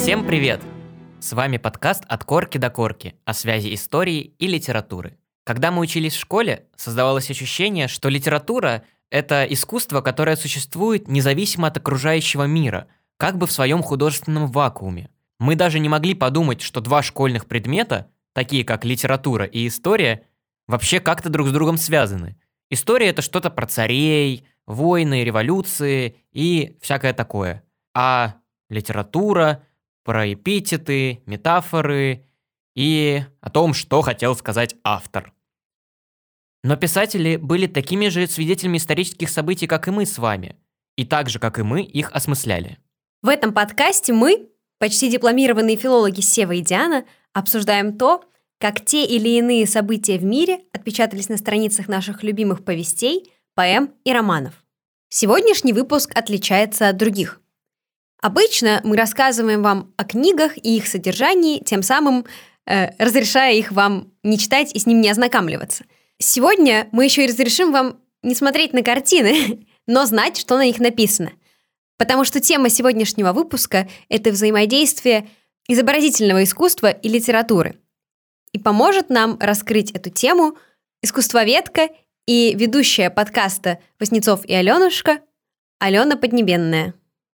Всем привет! С вами подкаст «От корки до корки» о связи истории и литературы. Когда мы учились в школе, создавалось ощущение, что литература – это искусство, которое существует независимо от окружающего мира, как бы в своем художественном вакууме. Мы даже не могли подумать, что два школьных предмета, такие как литература и история, вообще как-то друг с другом связаны. История – это что-то про царей, войны, революции и всякое такое. А литература – про эпитеты, метафоры и о том, что хотел сказать автор. Но писатели были такими же свидетелями исторических событий, как и мы с вами, и так же, как и мы, их осмысляли. В этом подкасте мы, почти дипломированные филологи Сева и Диана, обсуждаем то, как те или иные события в мире отпечатались на страницах наших любимых повестей, поэм и романов. Сегодняшний выпуск отличается от других. Обычно мы рассказываем вам о книгах и их содержании, тем самым разрешая их вам не читать и с ним не ознакомливаться. Сегодня мы еще и разрешим вам не смотреть на картины, но знать, что на них написано. Потому что тема сегодняшнего выпуска – это взаимодействие изобразительного искусства и литературы. И поможет нам раскрыть эту тему искусствоведка и ведущая подкаста «Васнецов и Аленушка» Алена Поднебенная.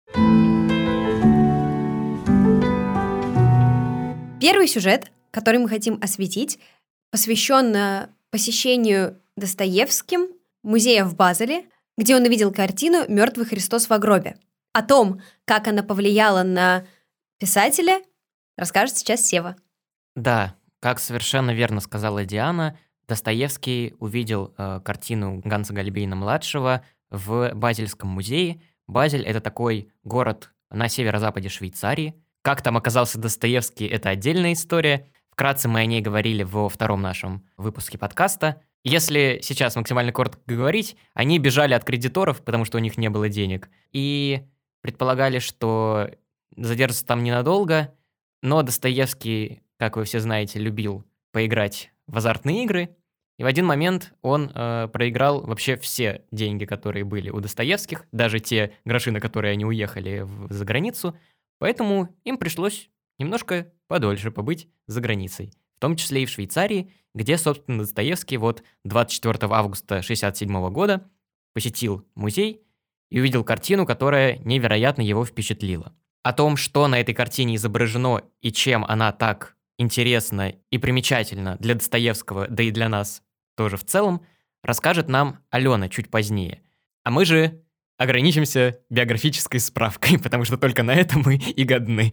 Первый сюжет, который мы хотим осветить, посвящен посещению Достоевским музея в Базеле, где он увидел картину «Мертвый Христос в гробе». О том, как она повлияла на писателя, расскажет сейчас Сева. Да, как совершенно верно сказала Диана, Достоевский увидел картину Ганса Гальбейна-младшего в Базельском музее. Базель – это такой город на северо-западе Швейцарии. Как там оказался Достоевский – это отдельная история. Вкратце мы о ней говорили во втором нашем выпуске подкаста. Если сейчас максимально коротко говорить, они бежали от кредиторов, потому что у них не было денег, и предполагали, что задержатся там ненадолго, но Достоевский, как вы все знаете, любил поиграть в азартные игры, и в один момент он проиграл вообще все деньги, которые были у Достоевских, даже те гроши, на которые они уехали за границу, поэтому им пришлось немножко подольше побыть за границей, в том числе и в Швейцарии, где, собственно, Достоевский 24 августа 1967 года посетил музей и увидел картину, которая невероятно его впечатлила. О том, что на этой картине изображено и чем она так интересна и примечательна для Достоевского, да и для нас тоже в целом, расскажет нам Алена чуть позднее. А мы же ограничимся биографической справкой, потому что только на это мы и годны.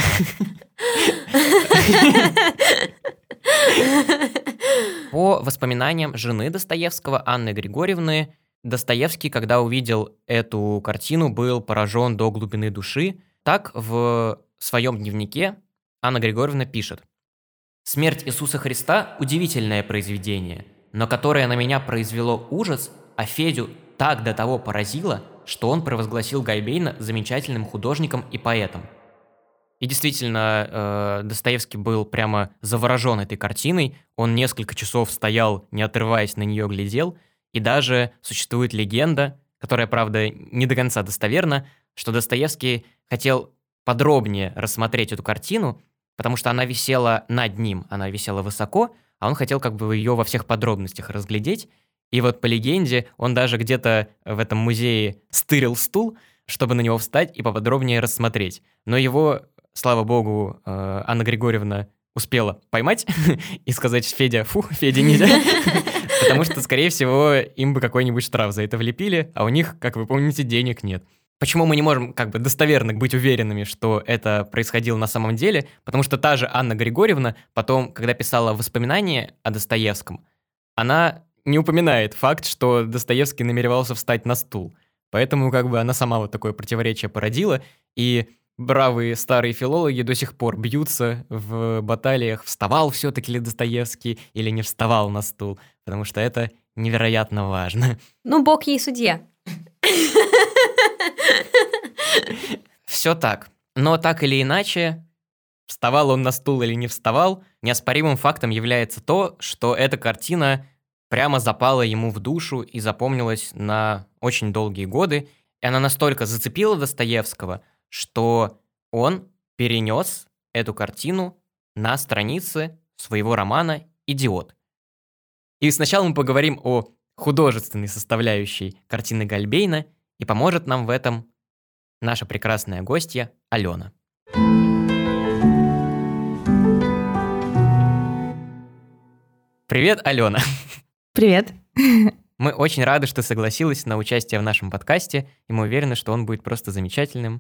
По воспоминаниям жены Достоевского, Анны Григорьевны, Достоевский, когда увидел эту картину, был поражен до глубины души. Так в своем дневнике Анна Григорьевна пишет: «Смерть Иисуса Христа – удивительное произведение, но которое на меня произвело ужас, а Федю так до того поразило, что он провозгласил Гальбейна замечательным художником и поэтом». И действительно, Достоевский был прямо заворожен этой картиной, он несколько часов стоял, не отрываясь, на нее глядел, и даже существует легенда, которая, правда, не до конца достоверна, что Достоевский хотел подробнее рассмотреть эту картину, потому что она висела над ним, она висела высоко, а он хотел как бы ее во всех подробностях разглядеть. И вот по легенде он даже где-то в этом музее стырил стул, чтобы на него встать и поподробнее рассмотреть. Но его, слава богу, Анна Григорьевна успела поймать и сказать: «Федя, Федя нельзя», потому что, скорее всего, им бы какой-нибудь штраф за это влепили, а у них, как вы помните, денег нет. Почему мы не можем как бы достоверно быть уверенными, что это происходило на самом деле? Потому что та же Анна Григорьевна потом, когда писала воспоминания о Достоевском, она не упоминает факт, что Достоевский намеревался встать на стул. Поэтому как бы она сама вот такое противоречие породила, и бравые старые филологи до сих пор бьются в баталиях, вставал все-таки ли Достоевский или не вставал на стул, потому что это невероятно важно. Ну, бог ей судья. Все так. Но так или иначе, вставал он на стул или не вставал, неоспоримым фактом является то, что эта картина прямо запала ему в душу и запомнилась на очень долгие годы, и она настолько зацепила Достоевского, что он перенес эту картину на страницы своего романа «Идиот». И сначала мы поговорим о художественной составляющей картины Гольбейна, и поможет нам в этом наша прекрасная гостья Алена. Привет, Алена. Привет. Мы очень рады, что согласилась на участие в нашем подкасте, и мы уверены, что он будет просто замечательным.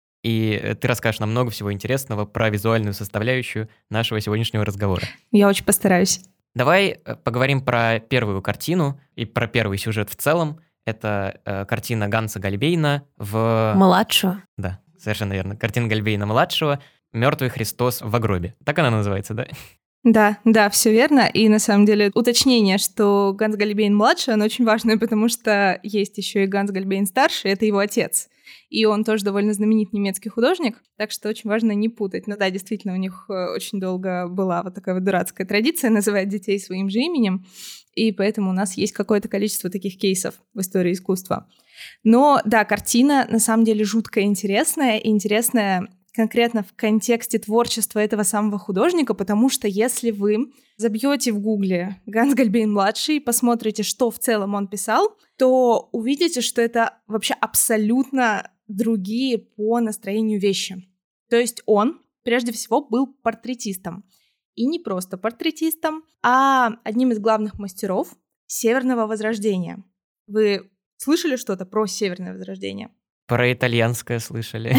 И ты расскажешь нам много всего интересного про визуальную составляющую нашего сегодняшнего разговора. Я очень постараюсь. Давай поговорим про первую картину и про первый сюжет в целом. Это картина Ганса Гольбейна в... Младшего. Да, совершенно верно. Картина Гольбейна-младшего «Мертвый Христос в гробе». Так она называется, да? Да, все верно. И на самом деле уточнение, что Ганс Гольбейн младший, оно очень важное, потому что есть еще и Ганс Гольбейн старший, это его отец. И он тоже довольно знаменит немецкий художник, так что очень важно не путать. Ну да, действительно, у них очень долго была вот такая вот дурацкая традиция называть детей своим же именем, и поэтому у нас есть какое-то количество таких кейсов в истории искусства. Но да, картина на самом деле жутко интересная, и интересная конкретно в контексте творчества этого самого художника, потому что если вы забьете в гугле Ганс Гольбейн-младший и посмотрите, что в целом он писал, то увидите, что это вообще абсолютно другие по настроению вещи. То есть он, прежде всего, был портретистом. И не просто портретистом, а одним из главных мастеров Северного Возрождения. Вы слышали что-то про Северное Возрождение? Про итальянское слышали.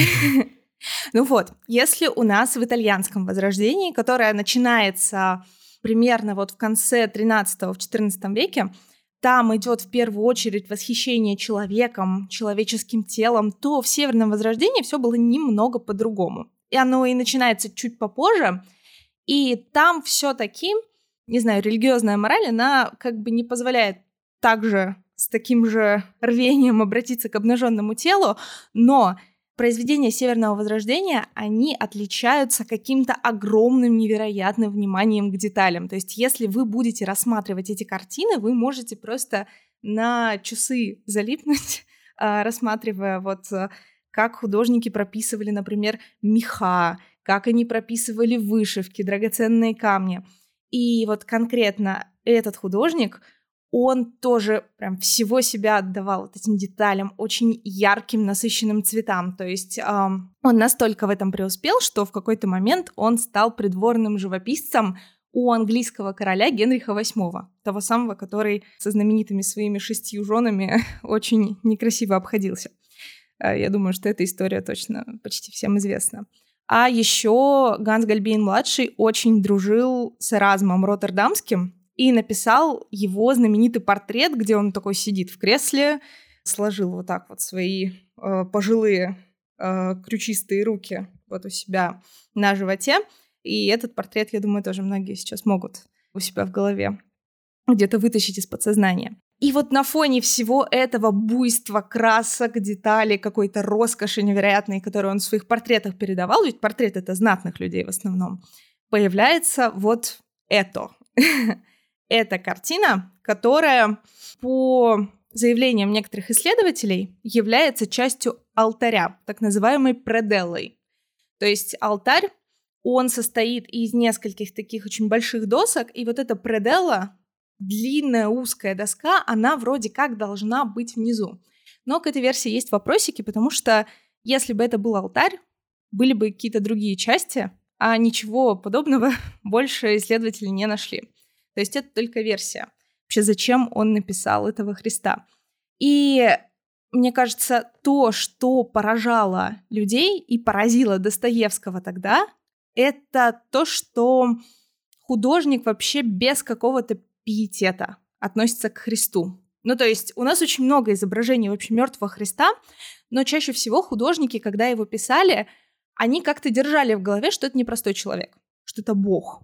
Ну вот, если у нас в итальянском Возрождении, которое начинается примерно вот в конце 13-14 веке, там идет в первую очередь восхищение человеком, человеческим телом, то в Северном Возрождении все было немного по-другому. И оно и начинается чуть попозже, и там все-таки, не знаю, религиозная мораль, она как бы не позволяет также с таким же рвением обратиться к обнаженному телу, но произведения Северного Возрождения, они отличаются каким-то огромным, невероятным вниманием к деталям. То есть если вы будете рассматривать эти картины, вы можете просто на часы залипнуть, рассматривая вот как художники прописывали, например, меха, как они прописывали вышивки, драгоценные камни. И вот конкретно этот художник, он тоже прям всего себя отдавал вот этим деталям, очень ярким, насыщенным цветам. То есть он настолько в этом преуспел, что в какой-то момент он стал придворным живописцем у английского короля Генриха VIII, того самого, который со знаменитыми своими 6 женами очень некрасиво обходился. Я думаю, что эта история точно почти всем известна. А еще Ганс Гольбейн-младший очень дружил с Эразмом Роттердамским, и написал его знаменитый портрет, где он такой сидит в кресле, сложил вот так вот свои пожилые крючистые руки вот у себя на животе. И этот портрет, я думаю, тоже многие сейчас могут у себя в голове где-то вытащить из подсознания. И вот на фоне всего этого буйства, красок, деталей, какой-то роскоши невероятной, которую он в своих портретах передавал, ведь портрет — это знатных людей в основном, появляется вот это. Это картина, которая, по заявлениям некоторых исследователей, является частью алтаря, так называемой пределлой. То есть алтарь, он состоит из нескольких таких очень больших досок, и вот эта пределла, длинная узкая доска, она вроде как должна быть внизу. Но к этой версии есть вопросики, потому что если бы это был алтарь, были бы какие-то другие части, а ничего подобного больше исследователи не нашли. То есть это только версия. Вообще, зачем он написал этого Христа? И мне кажется, то, что поражало людей и поразило Достоевского тогда, это то, что художник вообще без какого-то пиетета относится к Христу. Ну, то есть у нас очень много изображений вообще мертвого Христа, но чаще всего художники, когда его писали, они как-то держали в голове, что это не простой человек, что это Бог.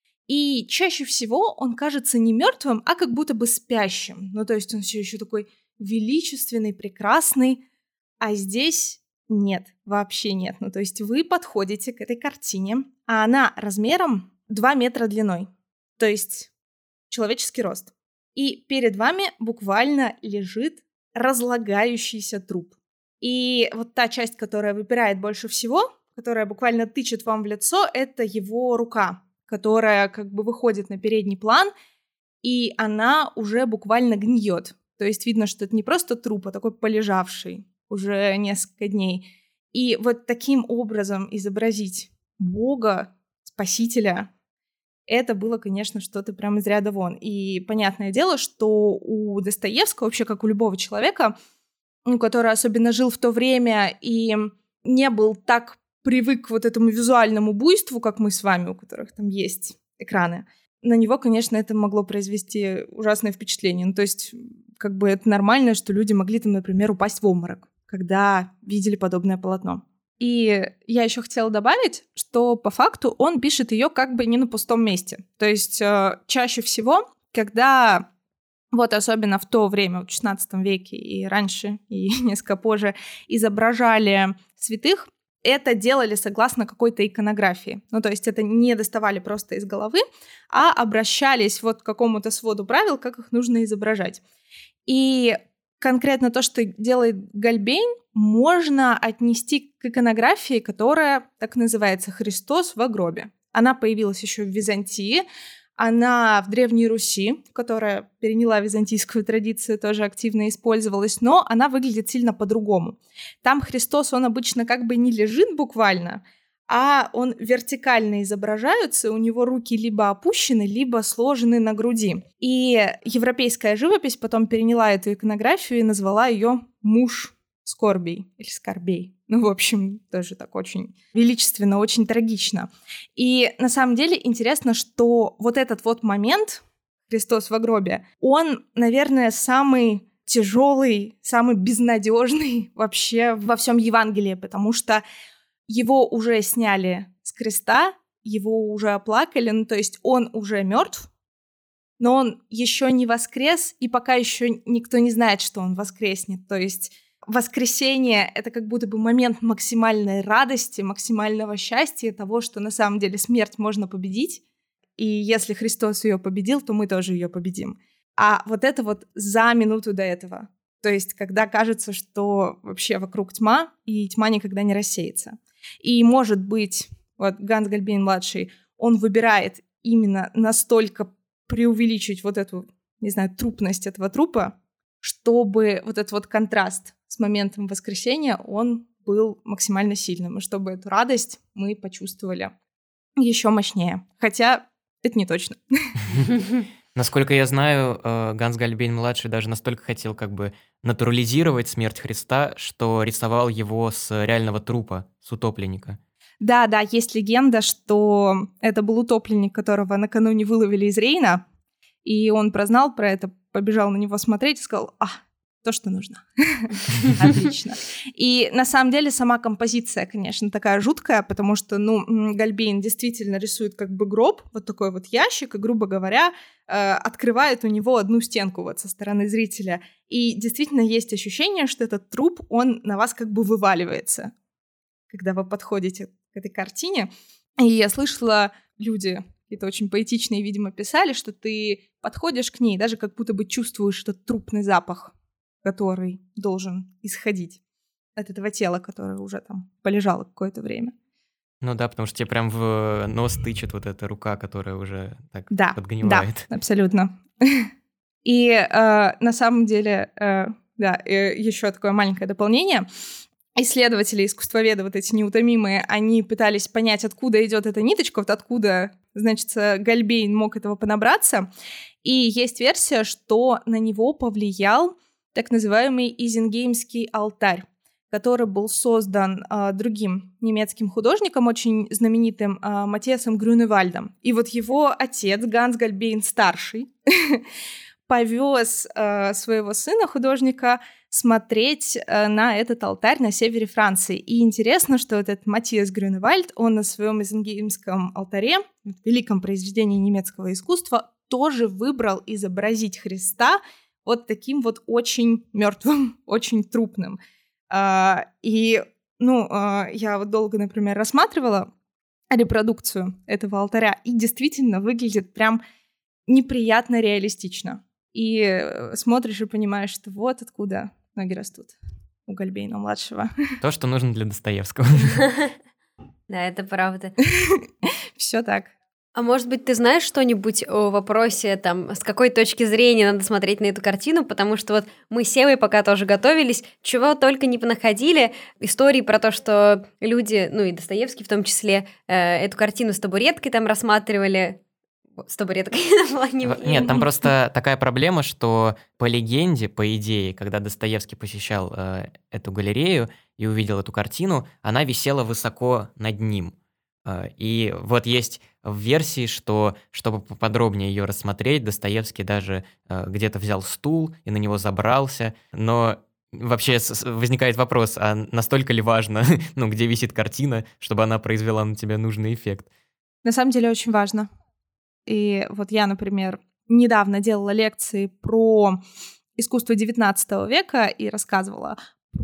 И чаще всего он кажется не мертвым, а как будто бы спящим. Ну, то есть он все еще такой величественный, прекрасный, а здесь нет, вообще нет. Ну, то есть вы подходите к этой картине, а она размером 2 метра длиной, то есть человеческий рост. И перед вами буквально лежит разлагающийся труп. И вот та часть, которая выпирает больше всего, которая буквально тычет вам в лицо, это его рука, которая как бы выходит на передний план, и она уже буквально гниет. То есть видно, что это не просто труп, а такой полежавший уже несколько дней. И вот таким образом изобразить Бога, Спасителя, это было, конечно, что-то прям из ряда вон. И понятное дело, что у Достоевского, вообще как у любого человека, который особенно жил в то время и не был так привык к вот этому визуальному буйству, как мы с вами, у которых там есть экраны, на него, конечно, это могло произвести ужасное впечатление. Ну, то есть, как бы это нормально, что люди могли там, например, упасть в обморок, когда видели подобное полотно. И я еще хотела добавить, что по факту он пишет ее как бы не на пустом месте. То есть чаще всего, когда вот особенно в то время, в XVI веке и раньше, и несколько позже, изображали святых, это делали согласно какой-то иконографии. Ну, то есть это не доставали просто из головы, а обращались вот к какому-то своду правил, как их нужно изображать. И конкретно то, что делает Гальбейн, можно отнести к иконографии, которая так называется «Христос во гробе». Она появилась еще в Византии, она в Древней Руси, которая переняла византийскую традицию, тоже активно использовалась, но она выглядит сильно по-другому. Там Христос, он обычно как бы не лежит буквально, а он вертикально изображается, у него руки либо опущены, либо сложены на груди. И европейская живопись потом переняла эту иконографию и назвала ее «Муж скорбей» или «Скорбей». Ну, в общем, тоже так очень величественно, очень трагично. И на самом деле интересно, что вот этот вот момент, Христос во гробе, он, наверное, самый тяжелый, самый безнадежный вообще во всем Евангелии, потому что его уже сняли с креста, его уже оплакали, ну, то есть он уже мертв, но он еще не воскрес, и пока еще никто не знает, что он воскреснет. То есть воскресение — это как будто бы момент максимальной радости, максимального счастья, того, что на самом деле смерть можно победить. И если Христос ее победил, то мы тоже ее победим. А вот это вот за минуту до этого. То есть когда кажется, что вообще вокруг тьма, и тьма никогда не рассеется. И, может быть, вот Ганс Гальбейн-младший, он выбирает именно настолько преувеличить вот эту, не знаю, трупность этого трупа, чтобы вот этот вот контраст с моментом воскресения, он был максимально сильным, и чтобы эту радость мы почувствовали еще мощнее. Хотя это не точно. Насколько я знаю, Ганс Гальбейн-младший даже настолько хотел как бы натурализировать смерть Христа, что рисовал его с реального трупа, с утопленника. Да, есть легенда, что это был утопленник, которого накануне выловили из Рейна, и он прознал про это, побежал на него смотреть и сказал: то, что нужно. Отлично. И на самом деле сама композиция, конечно, такая жуткая, потому что, Гальбейн действительно рисует как бы гроб, вот такой вот ящик, и, грубо говоря, открывает у него одну стенку вот со стороны зрителя. И действительно есть ощущение, что этот труп, он на вас как бы вываливается, когда вы подходите к этой картине. И я слышала, люди какие-то очень поэтичные, видимо, писали, что ты подходишь к ней, даже как будто бы чувствуешь этот трупный запах, который должен исходить от этого тела, которое уже там полежало какое-то время. Ну да, потому что тебе прям в нос тычет вот эта рука, которая уже так подгнивает. Да, абсолютно. И на самом деле, еще такое маленькое дополнение. Исследователи, искусствоведы, вот эти неутомимые, они пытались понять, откуда идет эта ниточка, вот откуда, значит, Гальбейн мог этого понабраться. И есть версия, что на него повлиял так называемый Изенгеймский алтарь, который был создан другим немецким художником, очень знаменитым Матиасом Грюневальдом. И вот его отец, Ганс Гальбейн-старший, повез своего сына, художника, смотреть на этот алтарь на севере Франции. И интересно, что этот Матиас Грюневальд, он на своем Изенгеймском алтаре, великом произведении немецкого искусства, тоже выбрал изобразить Христа вот таким вот очень мертвым, очень трупным. И, я вот долго, например, рассматривала репродукцию этого алтаря, и действительно выглядит прям неприятно реалистично. И смотришь и понимаешь, что вот откуда ноги растут у Гальбейна-младшего. То, что нужно для Достоевского. Да, это правда. Все так. А может быть, ты знаешь что-нибудь о вопросе, там, с какой точки зрения надо смотреть на эту картину? Потому что вот мы с Севой пока тоже готовились, чего только не понаходили. Истории про то, что люди, ну и Достоевский в том числе, эту картину с табуреткой там рассматривали. С табуреткой на плане. Нет, там просто такая проблема, что по легенде, по идее, когда Достоевский посещал эту галерею и увидел эту картину, она висела высоко над ним. И вот есть в версии, что, чтобы поподробнее ее рассмотреть, Достоевский даже где-то взял стул и на него забрался. Но вообще возникает вопрос, а настолько ли важно, ну, где висит картина, чтобы она произвела на тебя нужный эффект? На самом деле очень важно. И вот я, например, недавно делала лекции про искусство XIX века и рассказывала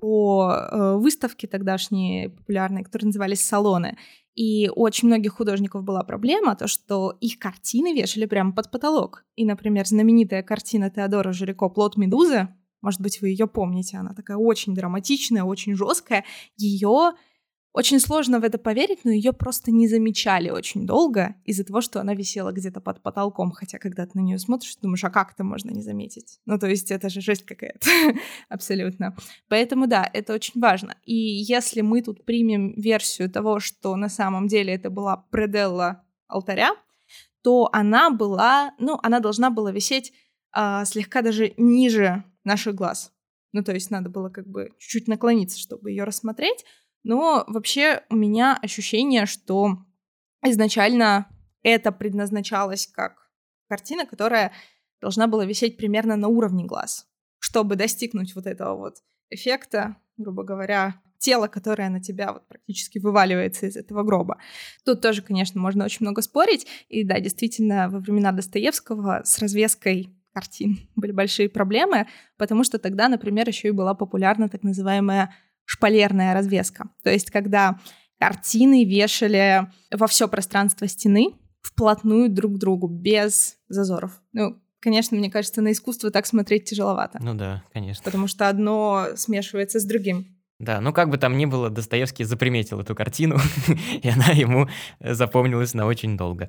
про выставки тогдашние популярные, которые назывались салоны. И у очень многих художников была проблема, то, что их картины вешали прямо под потолок. И, например, знаменитая картина Теодора Жирико «Плод Медузы», может быть, вы ее помните, она такая очень драматичная, очень жесткая. Ее очень сложно в это поверить, но ее просто не замечали очень долго из-за того, что она висела где-то под потолком. Хотя, когда ты на нее смотришь, думаешь, а как это можно не заметить? Ну, то есть это же жесть какая-то. Абсолютно. Поэтому да, это очень важно. И если мы тут примем версию того, что на самом деле это была пределла алтаря, то она была, ну, она должна была висеть слегка даже ниже наших глаз. Ну, то есть надо было как бы чуть-чуть наклониться, чтобы ее рассмотреть. Но вообще у меня ощущение, что изначально это предназначалось как картина, которая должна была висеть примерно на уровне глаз, чтобы достигнуть вот этого вот эффекта, грубо говоря, тела, которое на тебя вот практически вываливается из этого гроба. Тут тоже, конечно, можно очень много спорить. И да, действительно, во времена Достоевского с развеской картин были большие проблемы, потому что тогда, например, еще и была популярна так называемая шпалерная развеска. То есть когда картины вешали во все пространство стены вплотную друг к другу, без зазоров. Ну, конечно, мне кажется, на искусство так смотреть тяжеловато. Ну да, конечно. Потому что одно смешивается с другим. Да, ну как бы там ни было, Достоевский заприметил эту картину, и она ему запомнилась на очень долго.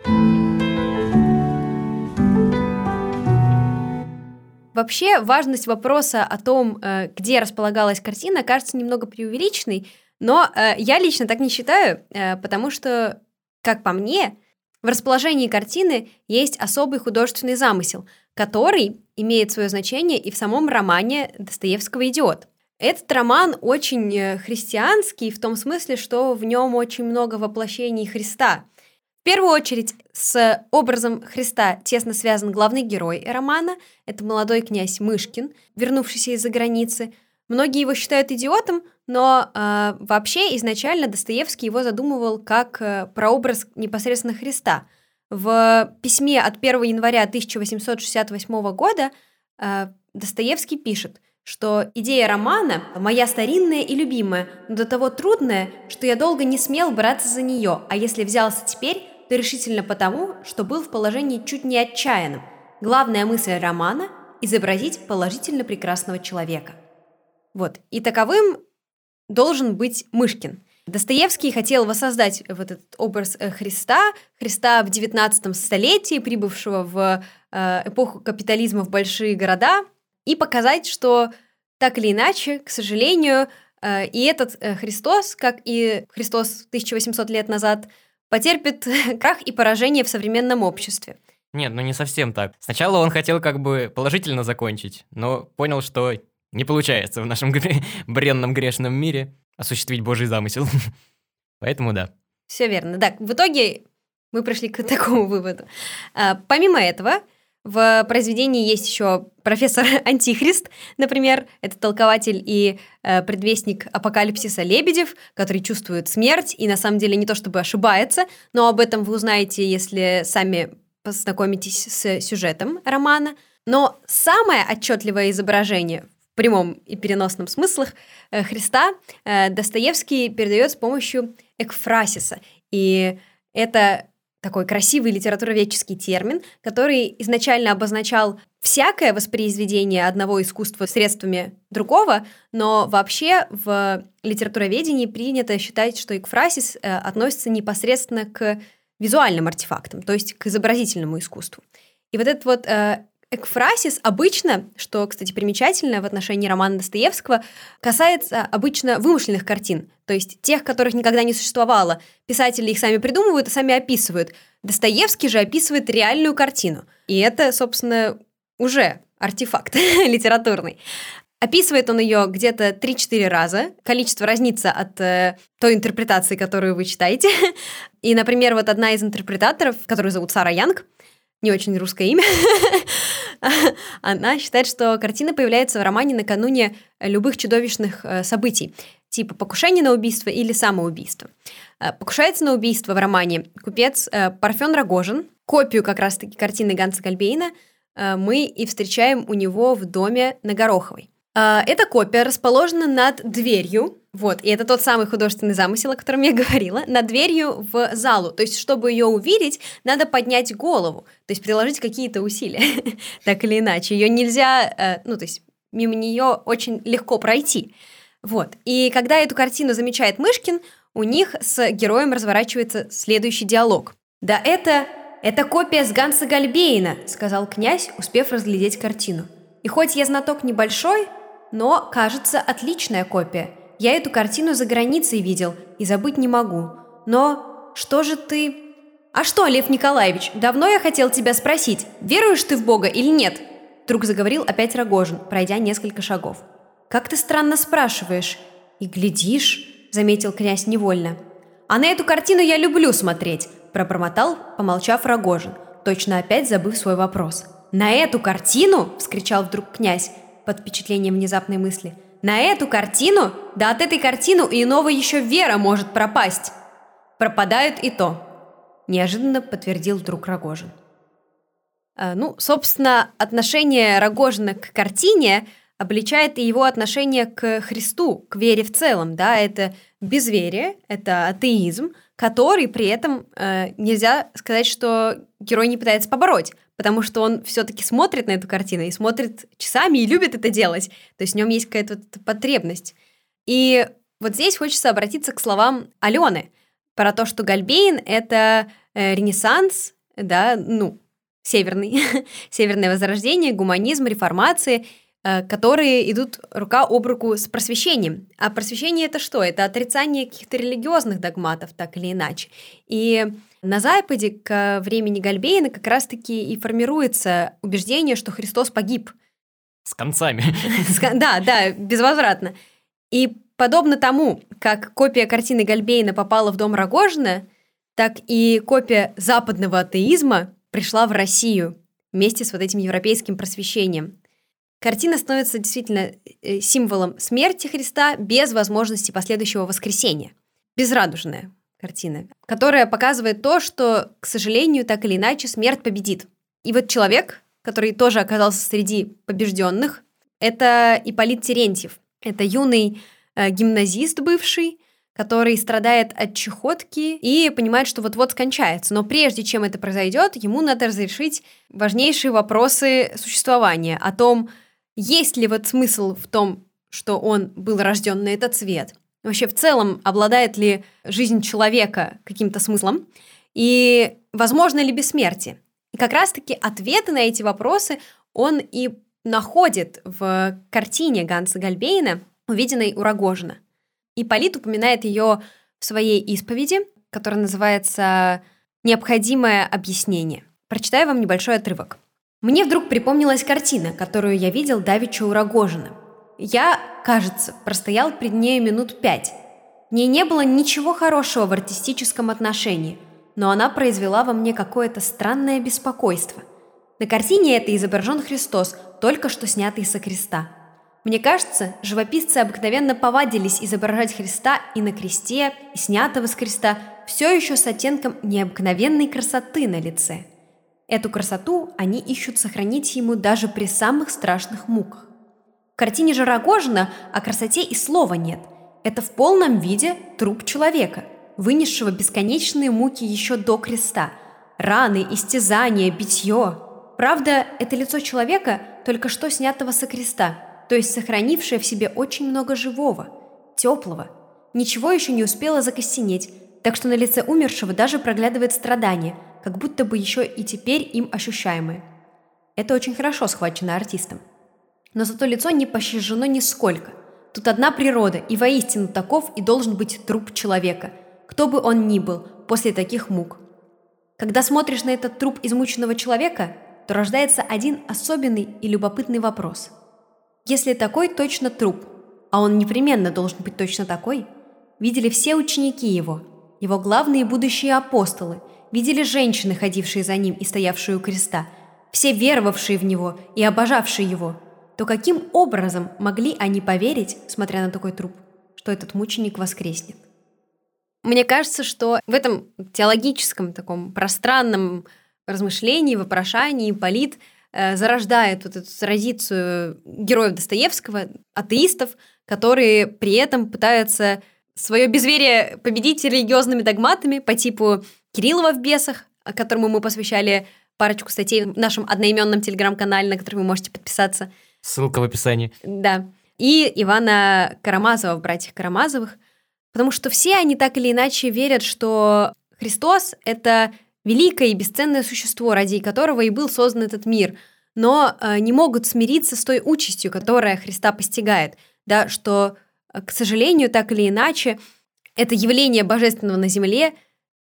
Вообще, важность вопроса о том, где располагалась картина, кажется немного преувеличенной, но я лично так не считаю, потому что, как по мне, в расположении картины есть особый художественный замысел, который имеет свое значение и в самом романе Достоевского «Идиот». Этот роман очень христианский в том смысле, что в нем очень много воплощений Христа. В первую очередь с образом Христа тесно связан главный герой романа. Это молодой князь Мышкин, вернувшийся из-за границы. Многие его считают идиотом, но вообще изначально Достоевский его задумывал как прообраз непосредственно Христа. В письме от 1 января 1868 года Достоевский пишет, что идея романа моя старинная и любимая, но до того трудная, что я долго не смел браться за нее, а если взялся теперь, то решительно потому, что был в положении чуть не отчаянным. Главная мысль романа – изобразить положительно прекрасного человека. Вот, и таковым должен быть Мышкин. Достоевский хотел воссоздать вот этот образ Христа в XIX столетии, прибывшего в эпоху капитализма в большие города, и показать, что так или иначе, к сожалению, и этот Христос, как и Христос 1800 лет назад, потерпит крах и поражение в современном обществе. Нет, ну не совсем так. Сначала он хотел как бы положительно закончить, но понял, что не получается в нашем бренном грешном мире осуществить Божий замысел. Поэтому да. Все верно. Так, в итоге мы пришли к такому выводу. Помимо этого, в произведении есть еще профессор Антихрист, например, это толкователь и предвестник апокалипсиса Лебедев, который чувствует смерть и на самом деле не то чтобы ошибается, но об этом вы узнаете, если сами познакомитесь с сюжетом романа. Но самое отчетливое изображение в прямом и переносном смыслах Христа Достоевский передает с помощью экфрасиса. И это такой красивый литературоведческий термин, который изначально обозначал всякое воспроизведение одного искусства средствами другого, но вообще в литературоведении принято считать, что экфрасис относится непосредственно к визуальным артефактам, то есть к изобразительному искусству. И вот этот вот экфрасис обычно, что, кстати, примечательно в отношении романа Достоевского, касается обычно вымышленных картин, то есть тех, которых никогда не существовало. Писатели их сами придумывают и сами описывают. Достоевский же описывает реальную картину. И это, собственно, уже артефакт литературный. Описывает он ее где-то 3-4 раза. Количество разнится от той интерпретации, которую вы читаете. И, например, вот одна из интерпретаторов, которую зовут Сара Янг, не очень русское имя, она считает, что картина появляется в романе накануне любых чудовищных событий, типа покушения на убийство или самоубийство. Покушается на убийство в романе купец Парфен Рогожин. Копию как раз-таки картины Ганса Гальбейна мы и встречаем у него в доме на Гороховой. Эта копия расположена над дверью, вот, и это тот самый художественный замысел, о котором я говорила, над дверью в залу. То есть, чтобы ее увидеть, надо поднять голову, то есть приложить какие-то усилия, так или иначе. Ее нельзя, то есть мимо нее очень легко пройти. Вот. И когда эту картину замечает Мышкин, у них с героем разворачивается следующий диалог. «Да это копия с Ганса Гальбейна», — сказал князь, успев разглядеть картину. «И хоть я знаток небольшой, но, кажется, отличная копия. Я эту картину за границей видел и забыть не могу. Но что же ты...» «А что, Лев Николаевич, давно я хотел тебя спросить, веруешь ты в Бога или нет?» Вдруг заговорил опять Рогожин, пройдя несколько шагов. «Как ты странно спрашиваешь. И глядишь», — заметил князь невольно. «А на эту картину я люблю смотреть», — пробормотал, помолчав Рогожин, точно опять забыв свой вопрос. «На эту картину?» — вскричал вдруг князь, под впечатлением внезапной мысли. «На эту картину? Да от этой картины у иного еще вера может пропасть!» «Пропадают и то», — неожиданно подтвердил вдруг Рогожин. Собственно, отношение Рогожина к картине обличает и его отношение к Христу, к вере в целом. Да? Это безверие, это атеизм, который при этом нельзя сказать, что герой не пытается побороть, потому что он все-таки смотрит на эту картину и смотрит часами и любит это делать. То есть в нем есть какая-то потребность. И вот здесь хочется обратиться к словам Алены про то, что Гальбейн — это ренессанс, да, северный, северное возрождение, гуманизм, реформации, которые идут рука об руку с просвещением. А просвещение — это что? Это отрицание каких-то религиозных догматов, так или иначе. И на Западе к времени Гальбейна как раз-таки и формируется убеждение, что Христос погиб. С концами. Да, безвозвратно. И подобно тому, как копия картины Гальбейна попала в дом Рогожина, так и копия западного атеизма пришла в Россию вместе с вот этим европейским просвещением. Картина становится действительно символом смерти Христа без возможности последующего воскресения. Безрадужная картина, которая показывает то, что, к сожалению, так или иначе, смерть победит. И вот человек, который тоже оказался среди побежденных, это Ипполит Терентьев. Это юный гимназист бывший, который страдает от чехотки и понимает, что вот-вот скончается. Но прежде чем это произойдет, ему надо разрешить важнейшие вопросы существования о том, есть ли вот смысл в том, что он был рожден на этот свет. Вообще, в целом, обладает ли жизнь человека каким-то смыслом? И возможно ли бессмертие? И как раз-таки ответы на эти вопросы он и находит в картине Ганса Гальбейна, увиденной у Рогожина. Ипполит упоминает ее в своей исповеди, которая называется «Необходимое объяснение». Прочитаю вам небольшой отрывок. «Мне вдруг припомнилась картина, которую я видел давеча у Рогожина. Я, кажется, простоял пред нею минут 5. В ней не было ничего хорошего в артистическом отношении, но она произвела во мне какое-то странное беспокойство. На картине этой изображен Христос, только что снятый со креста. Мне кажется, живописцы обыкновенно повадились изображать Христа и на кресте, и снятого с креста, все еще с оттенком необыкновенной красоты на лице. Эту красоту они ищут сохранить ему даже при самых страшных муках. В картине же Рогожина о красоте и слова нет. Это в полном виде труп человека, вынесшего бесконечные муки еще до креста. Раны, истязания, битье. Правда, это лицо человека, только что снятого со креста, то есть сохранившее в себе очень много живого, теплого. Ничего еще не успело закостенеть, так что на лице умершего даже проглядывает страдание, как будто бы еще и теперь им ощущаемое. Это очень хорошо схвачено артистом. Но зато лицо не пощажено нисколько. Тут одна природа, и воистину таков и должен быть труп человека, кто бы он ни был, после таких мук. Когда смотришь на этот труп измученного человека, то рождается один особенный и любопытный вопрос. Если такой точно труп, а он непременно должен быть точно такой, видели все ученики его главные будущие апостолы, видели женщины, ходившие за ним и стоявшие у креста, все веровавшие в него и обожавшие его, то каким образом могли они поверить, смотря на такой труп, что этот мученик воскреснет? Мне кажется, что в этом теологическом таком пространном размышлении, вопрошании Ипполит зарождает вот эту традицию героев Достоевского, атеистов, которые при этом пытаются свое безверие победить религиозными догматами по типу Кириллова в «Бесах», которому мы посвящали парочку статей в нашем одноименном телеграм-канале, на который вы можете подписаться. Ссылка в описании. Да. И Ивана Карамазова в «Братьях Карамазовых», потому что все они так или иначе верят, что Христос — это великое и бесценное существо, ради которого и был создан этот мир, но не могут смириться с той участью, которая Христа постигает, да, что, к сожалению, так или иначе, это явление божественного на земле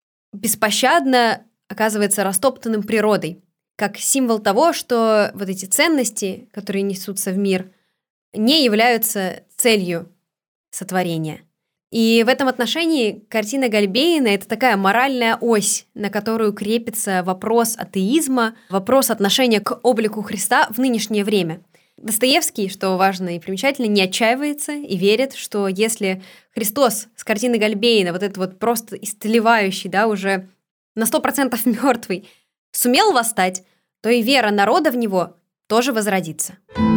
беспощадно оказывается растоптанным природой, как символ того, что вот эти ценности, которые несутся в мир, не являются целью сотворения. И в этом отношении картина Гальбейна — это такая моральная ось, на которую крепится вопрос атеизма, вопрос отношения к облику Христа в нынешнее время. Достоевский, что важно и примечательно, не отчаивается и верит, что если Христос с картины Гальбейна, вот этот вот просто истлевающий, да, уже на 100% мертвый, сумел восстать, то и вера народа в него тоже возродится.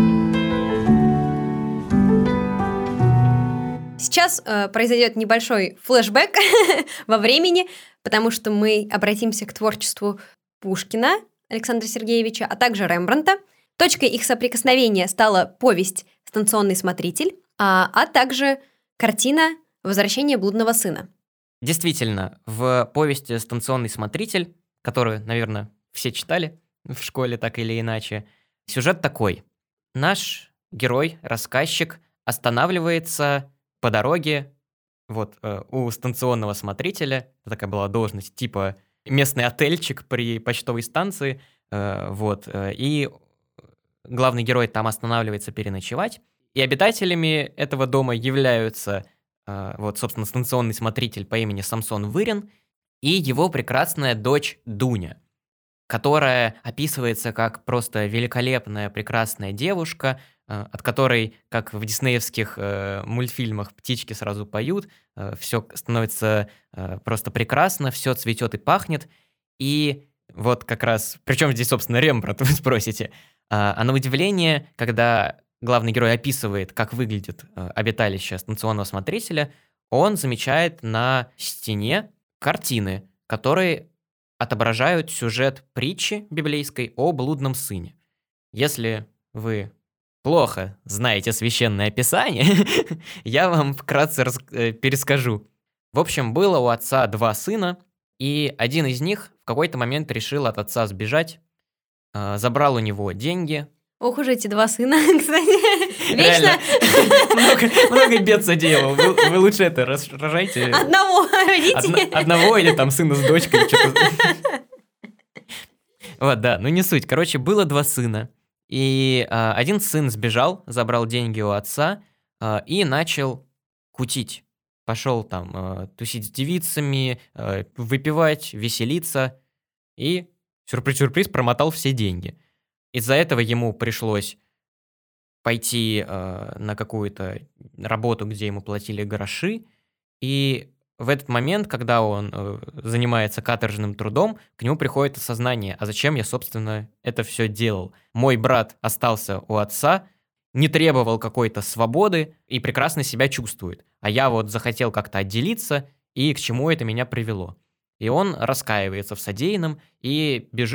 Сейчас произойдет небольшой флешбэк во времени, потому что мы обратимся к творчеству Пушкина Александра Сергеевича, а также Рембрандта. Точкой их соприкосновения стала повесть «Станционный смотритель», а также картина «Возвращение блудного сына». Действительно, в повести «Станционный смотритель», которую, наверное, все читали в школе так или иначе, сюжет такой. Наш герой, рассказчик, останавливается по дороге у станционного смотрителя. Такая была должность, типа местный отельчик при почтовой станции. И главный герой там останавливается переночевать. И обитателями этого дома являются, собственно, станционный смотритель по имени Самсон Вырин и его прекрасная дочь Дуня, которая описывается как просто великолепная, прекрасная девушка, от которой, как в диснеевских мультфильмах, птички сразу поют, все становится просто прекрасно, все цветет и пахнет. И вот как раз, причем здесь, собственно, Рембрандт, вы спросите, а на удивление, когда главный герой описывает, как выглядит обиталище станционного смотрителя, он замечает на стене картины, которые отображают сюжет притчи библейской о блудном сыне. Если вы плохо знаете священное писание, я вам вкратце перескажу. В общем, было у отца 2 сына, и один из них в какой-то момент решил от отца сбежать, забрал у него деньги. Ох уж эти 2 сына, кстати. Вечно. Много бед заделал. Вы лучше это рожайте. Одного родите. Одного или там сына с дочкой. Не суть. Короче, было 2 сына. И один сын сбежал, забрал деньги у отца и начал кутить. Пошел там тусить с девицами, выпивать, веселиться. И, сюрприз-сюрприз, промотал все деньги. Из-за этого ему пришлось пойти на какую-то работу, где ему платили гроши. И в этот момент, когда он занимается каторжным трудом, к нему приходит осознание, а зачем я, собственно, это все делал? Мой брат остался у отца, не требовал какой-то свободы и прекрасно себя чувствует. А я захотел как-то отделиться, и к чему это меня привело. И он раскаивается в содеянном и бежит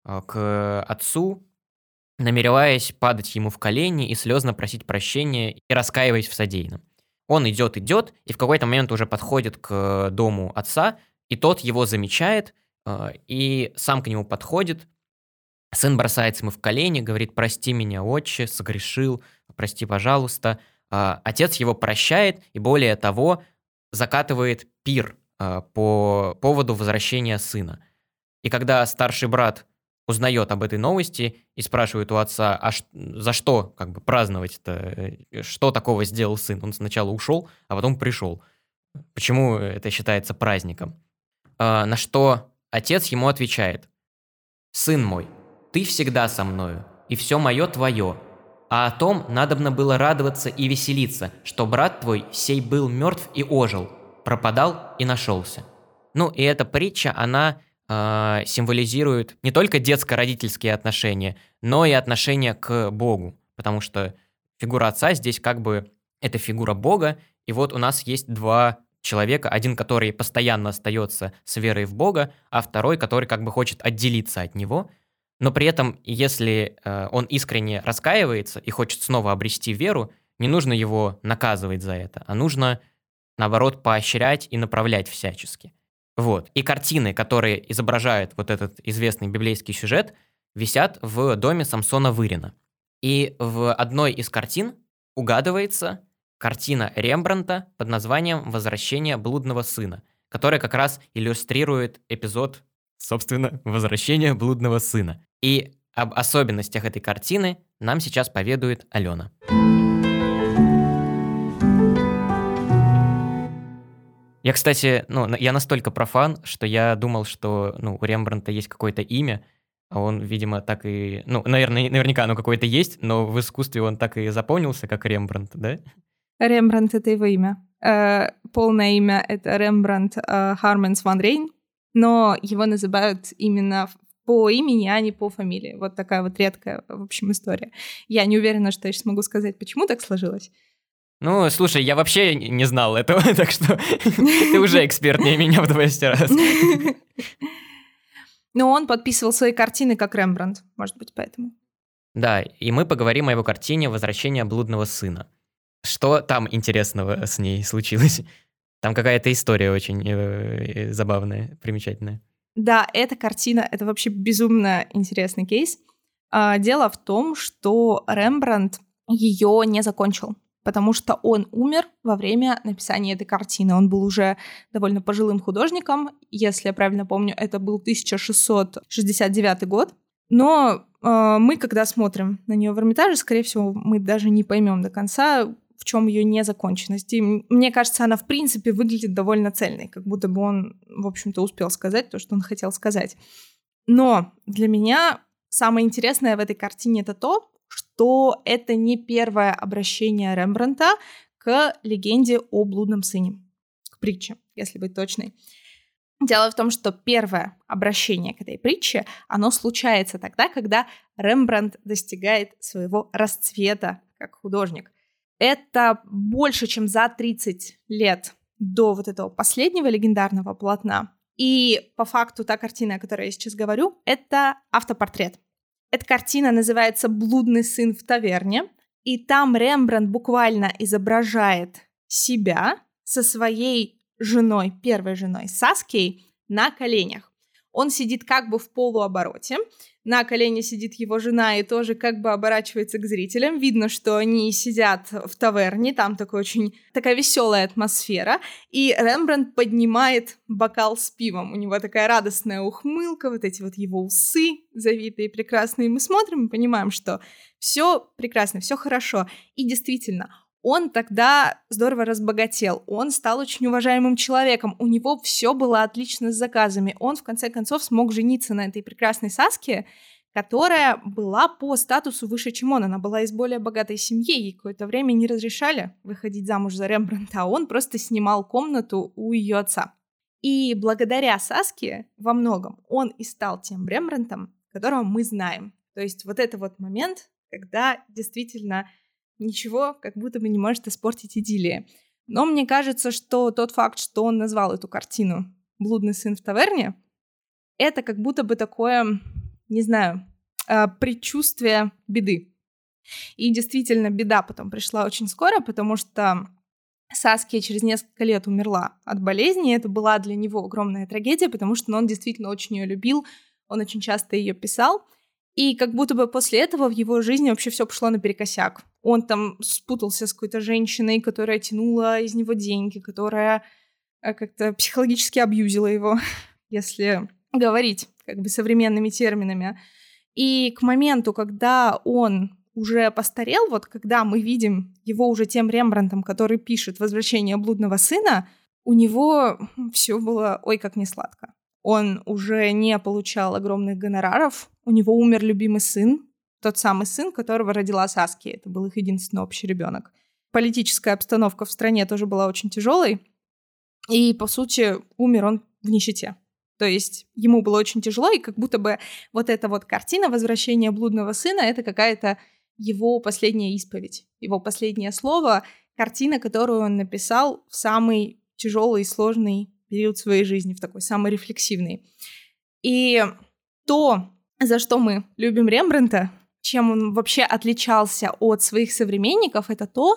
к отцу, намереваясь падать ему в колени и слезно просить прощения и раскаиваясь в содеянном. Он идет, и в какой-то момент уже подходит к дому отца, и тот его замечает, и сам к нему подходит. Сын бросается ему в колени, говорит: «Прости меня, отче, согрешил, прости, пожалуйста». Отец его прощает, и более того, закатывает пир по поводу возвращения сына. И когда старший брат узнает об этой новости и спрашивает у отца: за что праздновать-то, что такого сделал сын? Он сначала ушел, а потом пришел. Почему это считается праздником? На что отец ему отвечает: «Сын мой, ты всегда со мною, и все мое твое. А о том надобно было радоваться и веселиться, что брат твой сей был мертв и ожил, пропадал и нашелся». Ну и эта притча, она символизирует не только детско-родительские отношения, но и отношения к Богу, потому что фигура отца здесь это фигура Бога, и вот у нас есть два человека, один, который постоянно остается с верой в Бога, а второй, который хочет отделиться от него, но при этом, если он искренне раскаивается и хочет снова обрести веру, не нужно его наказывать за это, а нужно, наоборот, поощрять и направлять всячески. Вот. И картины, которые изображают вот этот известный библейский сюжет, висят в доме Самсона Вырина. И в одной из картин угадывается картина Рембрандта под названием «Возвращение блудного сына», которая как раз иллюстрирует эпизод, собственно, возвращения блудного сына. И об особенностях этой картины нам сейчас поведает Алена. Я, кстати, я настолько профан, что я думал, что у Рембрандта есть какое-то имя, а он, видимо, так и... наверняка оно какое-то есть, но в искусстве он так и запомнился, как Рембрандт, да? Рембрандт — это его имя. Полное имя — это Рембрандт Харменс ван Рейн, но его называют именно по имени, а не по фамилии. Вот такая вот редкая, в общем, история. Я не уверена, что я сейчас могу сказать, почему так сложилось. Слушай, я вообще не знал этого, так что ты уже экспертнее меня в 200 раз. Но он подписывал свои картины как Рембрандт, может быть, поэтому. Да, и мы поговорим о его картине «Возвращение блудного сына». Что там интересного с ней случилось? Там какая-то история очень забавная, примечательная. Да, эта картина — это вообще безумно интересный кейс. Дело в том, что Рембрандт ее не закончил, потому что он умер во время написания этой картины. Он был уже довольно пожилым художником, если я правильно помню, это был 1669 год. Но мы, когда смотрим на нее в Эрмитаже, скорее всего, мы даже не поймем до конца, в чем ее незаконченность. И мне кажется, она в принципе выглядит довольно цельной, как будто бы он, в общем-то, успел сказать то, что он хотел сказать. Но для меня самое интересное в этой картине — это то, что это не первое обращение Рембрандта к легенде о блудном сыне, к притче, если быть точной. Дело в том, что первое обращение к этой притче, оно случается тогда, когда Рембрандт достигает своего расцвета как художник. Это больше, чем за 30 лет до вот этого последнего легендарного полотна. И по факту та картина, о которой я сейчас говорю, это автопортрет. Эта картина называется «Блудный сын в таверне», и там Рембрандт буквально изображает себя со своей женой, первой женой Саскией, на коленях. Он сидит как бы в полуобороте, на колене сидит его жена и тоже как бы оборачивается к зрителям. Видно, что они сидят в таверне, там такая веселая атмосфера, и Рембрандт поднимает бокал с пивом. У него такая радостная ухмылка, вот эти вот его усы завитые, прекрасные. Мы смотрим и понимаем, что все прекрасно, все хорошо. И действительно, он тогда здорово разбогател, он стал очень уважаемым человеком, у него все было отлично с заказами, он в конце концов смог жениться на этой прекрасной Саске, которая была по статусу выше, чем он, она была из более богатой семьи, ей какое-то время не разрешали выходить замуж за Рембрандта, а он просто снимал комнату у ее отца. И благодаря Саске во многом он и стал тем Рембрандтом, которого мы знаем. То есть вот это вот момент, когда действительно ничего как будто бы не может испортить идиллии. Но мне кажется, что тот факт, что он назвал эту картину «Блудный сын в таверне», это как будто бы такое не знаю, предчувствие беды. И действительно, беда потом пришла очень скоро, потому что Саския через несколько лет умерла от болезни. Это была для него огромная трагедия, потому что он действительно очень ее любил, он очень часто ее писал. И как будто бы после этого в его жизни вообще все пошло наперекосяк. Он там спутался с какой-то женщиной, которая тянула из него деньги, которая как-то психологически абьюзила его, если говорить как бы современными терминами. И к моменту, когда он уже постарел, вот когда мы видим его уже тем Рембрандтом, который пишет «Возвращение блудного сына», у него все было ой как несладко. Он уже не получал огромных гонораров, у него умер любимый сын, тот самый сын, которого родила Саския. Это был их единственный общий ребенок. Политическая обстановка в стране тоже была очень тяжелой, и, по сути, умер он в нищете. То есть ему было очень тяжело, и как будто бы вот эта вот картина «Возвращение блудного сына» — это какая-то его последняя исповедь, его последнее слово, картина, которую он написал в самый тяжелый и сложный период своей жизни, в такой самый рефлексивный. И то, за что мы любим Рембрандта, чем он вообще отличался от своих современников, это то,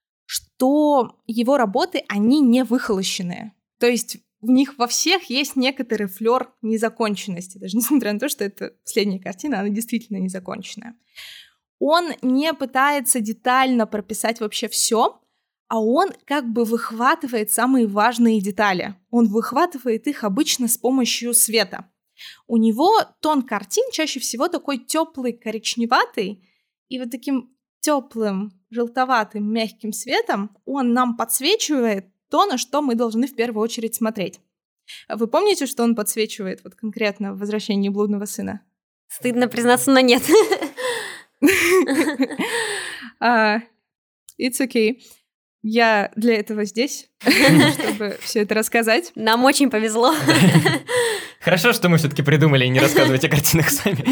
что его работы, они не выхолощенные. То есть в них во всех есть некоторый флёр незаконченности, даже несмотря на то, что это последняя картина, она действительно незаконченная. Он не пытается детально прописать вообще все, а он как бы выхватывает самые важные детали. Он выхватывает их обычно с помощью света. У него тон картин чаще всего такой теплый, коричневатый, и вот таким теплым, желтоватым, мягким светом он нам подсвечивает то, на что мы должны в первую очередь смотреть. Вы помните, что он подсвечивает вот конкретно в «Возвращении блудного сына»? Стыдно признаться, но нет. It's okay. Я для этого здесь, чтобы все это рассказать. Нам очень повезло. Хорошо, что мы все-таки придумали не рассказывать о картинах сами.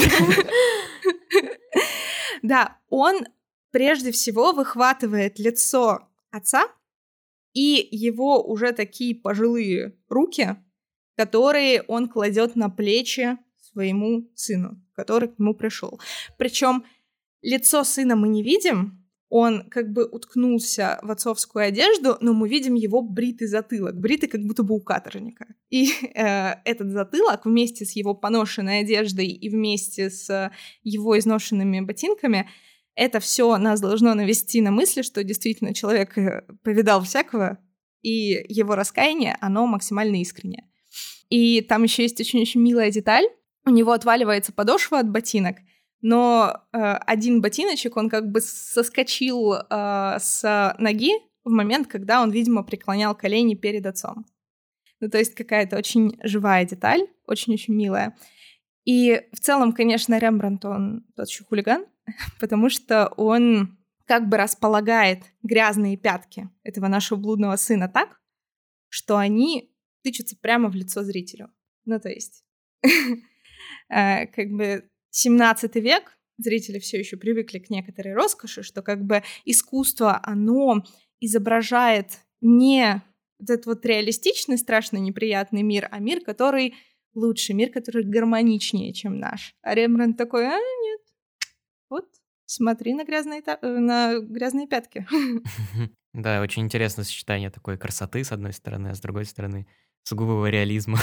Да, он прежде всего выхватывает лицо отца и его уже такие пожилые руки, которые он кладет на плечи своему сыну, который к нему пришел. Причем лицо сына мы не видим, он как бы уткнулся в отцовскую одежду, но мы видим его бритый затылок, бритый как будто бы у каторжника. И этот затылок вместе с его поношенной одеждой и вместе с его изношенными ботинками, это все нас должно навести на мысли, что действительно человек повидал всякого, и его раскаяние, оно максимально искреннее. И там еще есть очень-очень милая деталь. У него отваливается подошва от ботинок, но один ботиночек, он как бы соскочил с ноги в момент, когда он, видимо, преклонял колени перед отцом. Ну, то есть какая-то очень живая деталь, очень-очень милая. И в целом, конечно, Рембрандт, он тот еще хулиган, потому что он как бы располагает грязные пятки этого нашего блудного сына так, что они тычутся прямо в лицо зрителю. Ну, то есть, как бы 17 век, зрители все еще привыкли к некоторой роскоши, что как бы искусство, оно изображает не вот этот вот реалистичный, страшный, неприятный мир, а мир, который лучше, мир, который гармоничнее, чем наш. А Рембрандт такой: нет, вот, смотри на грязные пятки. Да, очень интересное сочетание такой красоты, с одной стороны, а с другой стороны, сугубого реализма.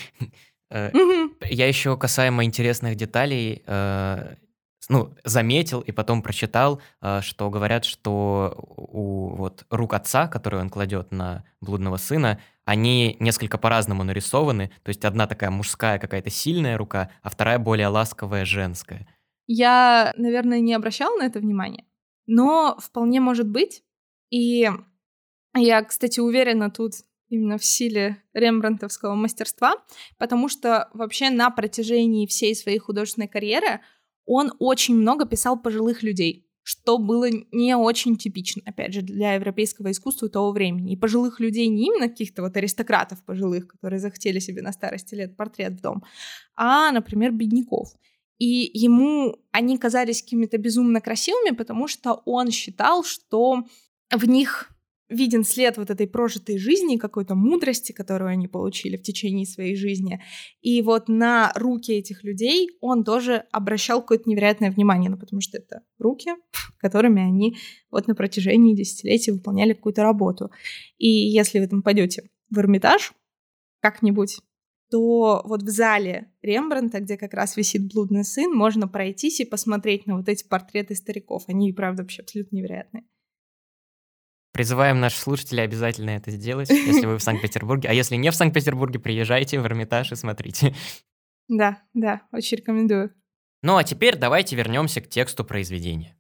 Я еще касаемо интересных деталей, заметил и потом прочитал, что говорят, что у вот рук отца, которые он кладет на блудного сына, они несколько по-разному нарисованы. То есть одна такая мужская какая-то сильная рука, а вторая более ласковая, женская. Я, наверное, не обращала на это внимания, но вполне может быть. И я, кстати, уверена тут именно в силе рембрандтовского мастерства, потому что вообще на протяжении всей своей художественной карьеры он очень много писал пожилых людей, что было не очень типично, опять же, для европейского искусства того времени. И пожилых людей не именно каких-то вот аристократов пожилых, которые захотели себе на старости лет портрет в дом, а, например, бедняков. И ему они казались какими-то безумно красивыми, потому что он считал, что в них виден след вот этой прожитой жизни, какой-то мудрости, которую они получили в течение своей жизни. И вот на руки этих людей он тоже обращал какое-то невероятное внимание, потому что это руки, которыми они вот на протяжении десятилетий выполняли какую-то работу. И если вы там пойдете в Эрмитаж как-нибудь, то вот в зале Рембрандта, где как раз висит «Блудный сын», можно пройтись и посмотреть на вот эти портреты стариков. Они, правда, вообще абсолютно невероятные. Призываем наших слушателей обязательно это сделать, если вы в Санкт-Петербурге. А если не в Санкт-Петербурге, приезжайте в Эрмитаж и смотрите. Да, очень рекомендую. Ну а теперь давайте вернемся к тексту произведения.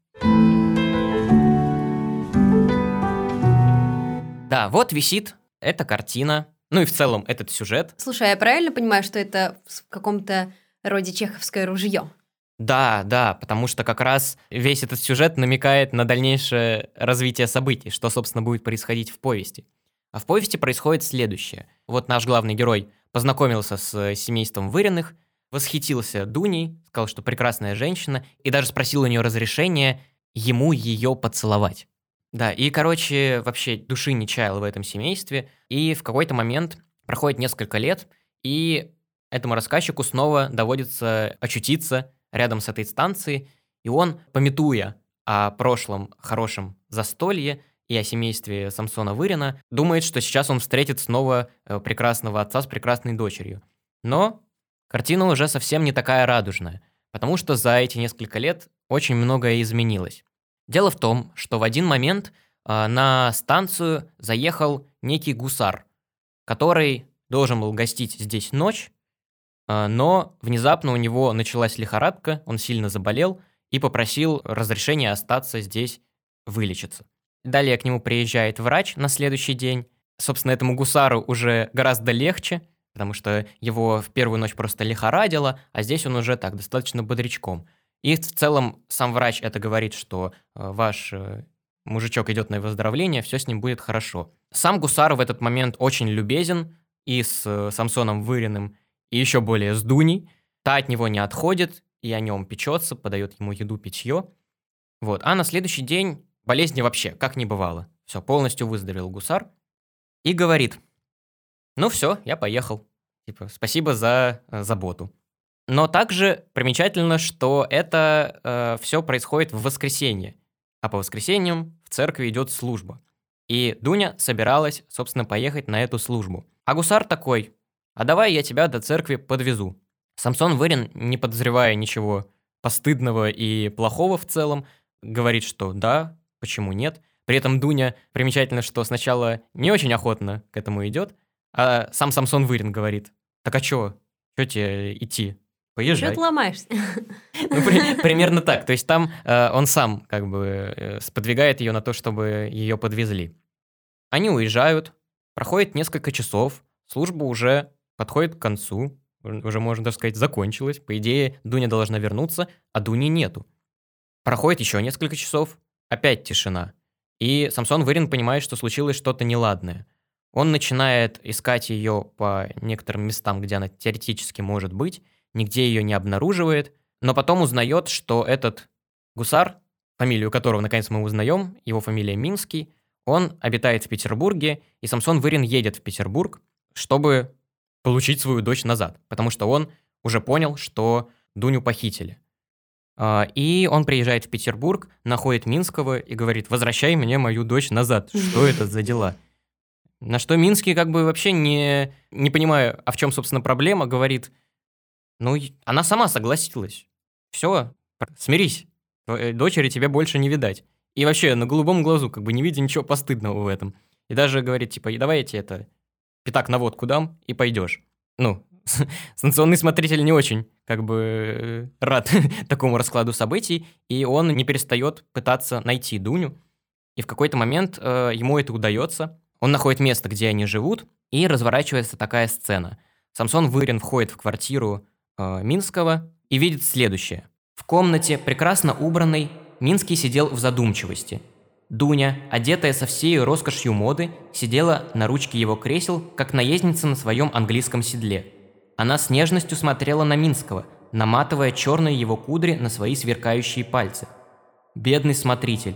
Да, вот висит эта картина, ну и в целом этот сюжет. Слушай, я правильно понимаю, что это в каком-то роде чеховское ружье? Да, потому что как раз весь этот сюжет намекает на дальнейшее развитие событий, что, собственно, будет происходить в повести. А в повести происходит следующее. Вот наш главный герой познакомился с семейством Выриных, восхитился Дуней, сказал, что прекрасная женщина, и даже спросил у нее разрешения ему ее поцеловать. Да, и, короче, вообще души не чаял в этом семействе, и в какой-то момент проходит несколько лет, и этому рассказчику снова доводится очутиться рядом с этой станцией, и он, памятуя о прошлом хорошем застолье и о семействе Самсона Вырина, думает, что сейчас он встретит снова прекрасного отца с прекрасной дочерью. Но картина уже совсем не такая радужная, потому что за эти несколько лет очень многое изменилось. Дело в том, что в один момент на станцию заехал некий гусар, который должен был гостить здесь ночь, но внезапно у него началась лихорадка, он сильно заболел и попросил разрешения остаться здесь вылечиться. Далее к нему приезжает врач на следующий день. Собственно, этому гусару уже гораздо легче, потому что его в первую ночь просто лихорадило, а здесь он уже так, достаточно бодрячком. И в целом сам врач это говорит, что ваш мужичок идет на выздоровление, все с ним будет хорошо. Сам гусар в этот момент очень любезен и с Самсоном Выриным, и еще более с Дуней. Та от него не отходит, и о нем печется, подает ему еду, питье. Вот. А на следующий день болезни вообще как не бывало. Все, полностью выздоровел гусар. И говорит: ну все, я поехал. Типа, спасибо за заботу. Но также примечательно, что это все происходит в воскресенье. А по воскресеньям в церкви идет служба. И Дуня собиралась, собственно, поехать на эту службу. А гусар такой: а давай я тебя до церкви подвезу. Самсон Вырин, не подозревая ничего постыдного и плохого в целом, говорит, что да, почему нет. При этом Дуня, примечательно, что сначала не очень охотно к этому идет, а сам Самсон Вырин говорит: так а чё тебе идти? Поезжай. Чё ты ломаешься? Ну, примерно так. То есть там он сам как бы сподвигает ее на то, чтобы ее подвезли. Они уезжают, проходит несколько часов, служба уже подходит к концу, уже, можно даже сказать, закончилась. По идее, Дуня должна вернуться, а Дуни нету. Проходит еще несколько часов, опять тишина. И Самсон Вырин понимает, что случилось что-то неладное. Он начинает искать ее по некоторым местам, где она теоретически может быть, нигде ее не обнаруживает, но потом узнает, что этот гусар, фамилию которого наконец мы узнаем, его фамилия Минский, он обитает в Петербурге, и Самсон Вырин едет в Петербург, чтобы получить свою дочь назад, потому что он уже понял, что Дуню похитили. И он приезжает в Петербург, находит Минского и говорит: возвращай мне мою дочь назад, что это за дела? На что Минский, как бы вообще не понимая, а в чем, собственно, проблема, говорит: ну, она сама согласилась. Все, смирись, дочери тебе больше не видать. И вообще на голубом глазу, как бы не видя ничего постыдного в этом. И даже говорит, типа, давай я тебе это пятак на водку дам, и пойдешь. Ну, станционный смотритель не очень, как бы, рад такому раскладу событий, и он не перестает пытаться найти Дуню. И в какой-то момент ему это удается. Он находит место, где они живут, и разворачивается такая сцена. Самсон Вырин входит в квартиру Минского и видит следующее. В комнате, прекрасно убранной, Минский сидел в задумчивости. Дуня, одетая со всей роскошью моды, сидела на ручке его кресел, как наездница на своем английском седле. Она с нежностью смотрела на Минского, наматывая черные его кудри на свои сверкающие пальцы. Бедный смотритель.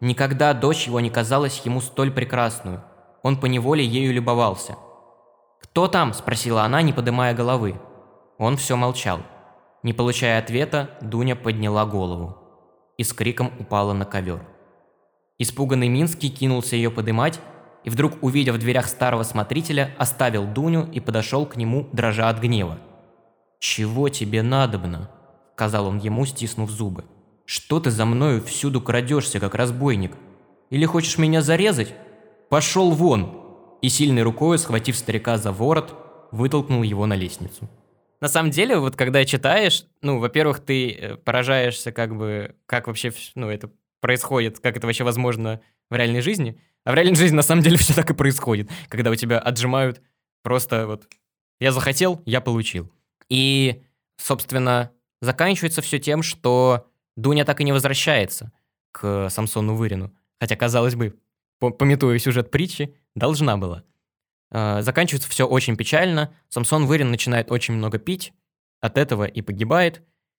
Никогда дочь его не казалась ему столь прекрасную. Он поневоле ею любовался. «Кто там?» – спросила она, не поднимая головы. Он все молчал. Не получая ответа, Дуня подняла голову и с криком упала на ковер. Испуганный Минский кинулся ее подымать, и вдруг, увидев в дверях старого смотрителя, оставил Дуню и подошел к нему, дрожа от гнева. «Чего тебе надобно?» – сказал он ему, стиснув зубы. «Что ты за мною всюду крадешься, как разбойник? Или хочешь меня зарезать? Пошел вон!» И сильной рукой, схватив старика за ворот, вытолкнул его на лестницу. На самом деле, вот когда читаешь, во-первых, ты поражаешься, как вообще, это происходит, как это вообще возможно в реальной жизни. А в реальной жизни, на самом деле, все так и происходит, когда у тебя отжимают просто вот «я захотел, я получил». И, собственно, заканчивается все тем, что Дуня так и не возвращается к Самсону Вырину. Хотя, казалось бы, памятуя сюжет притчи, должна была. Заканчивается все очень печально. Самсон Вырин начинает очень много пить, от этого и погибает.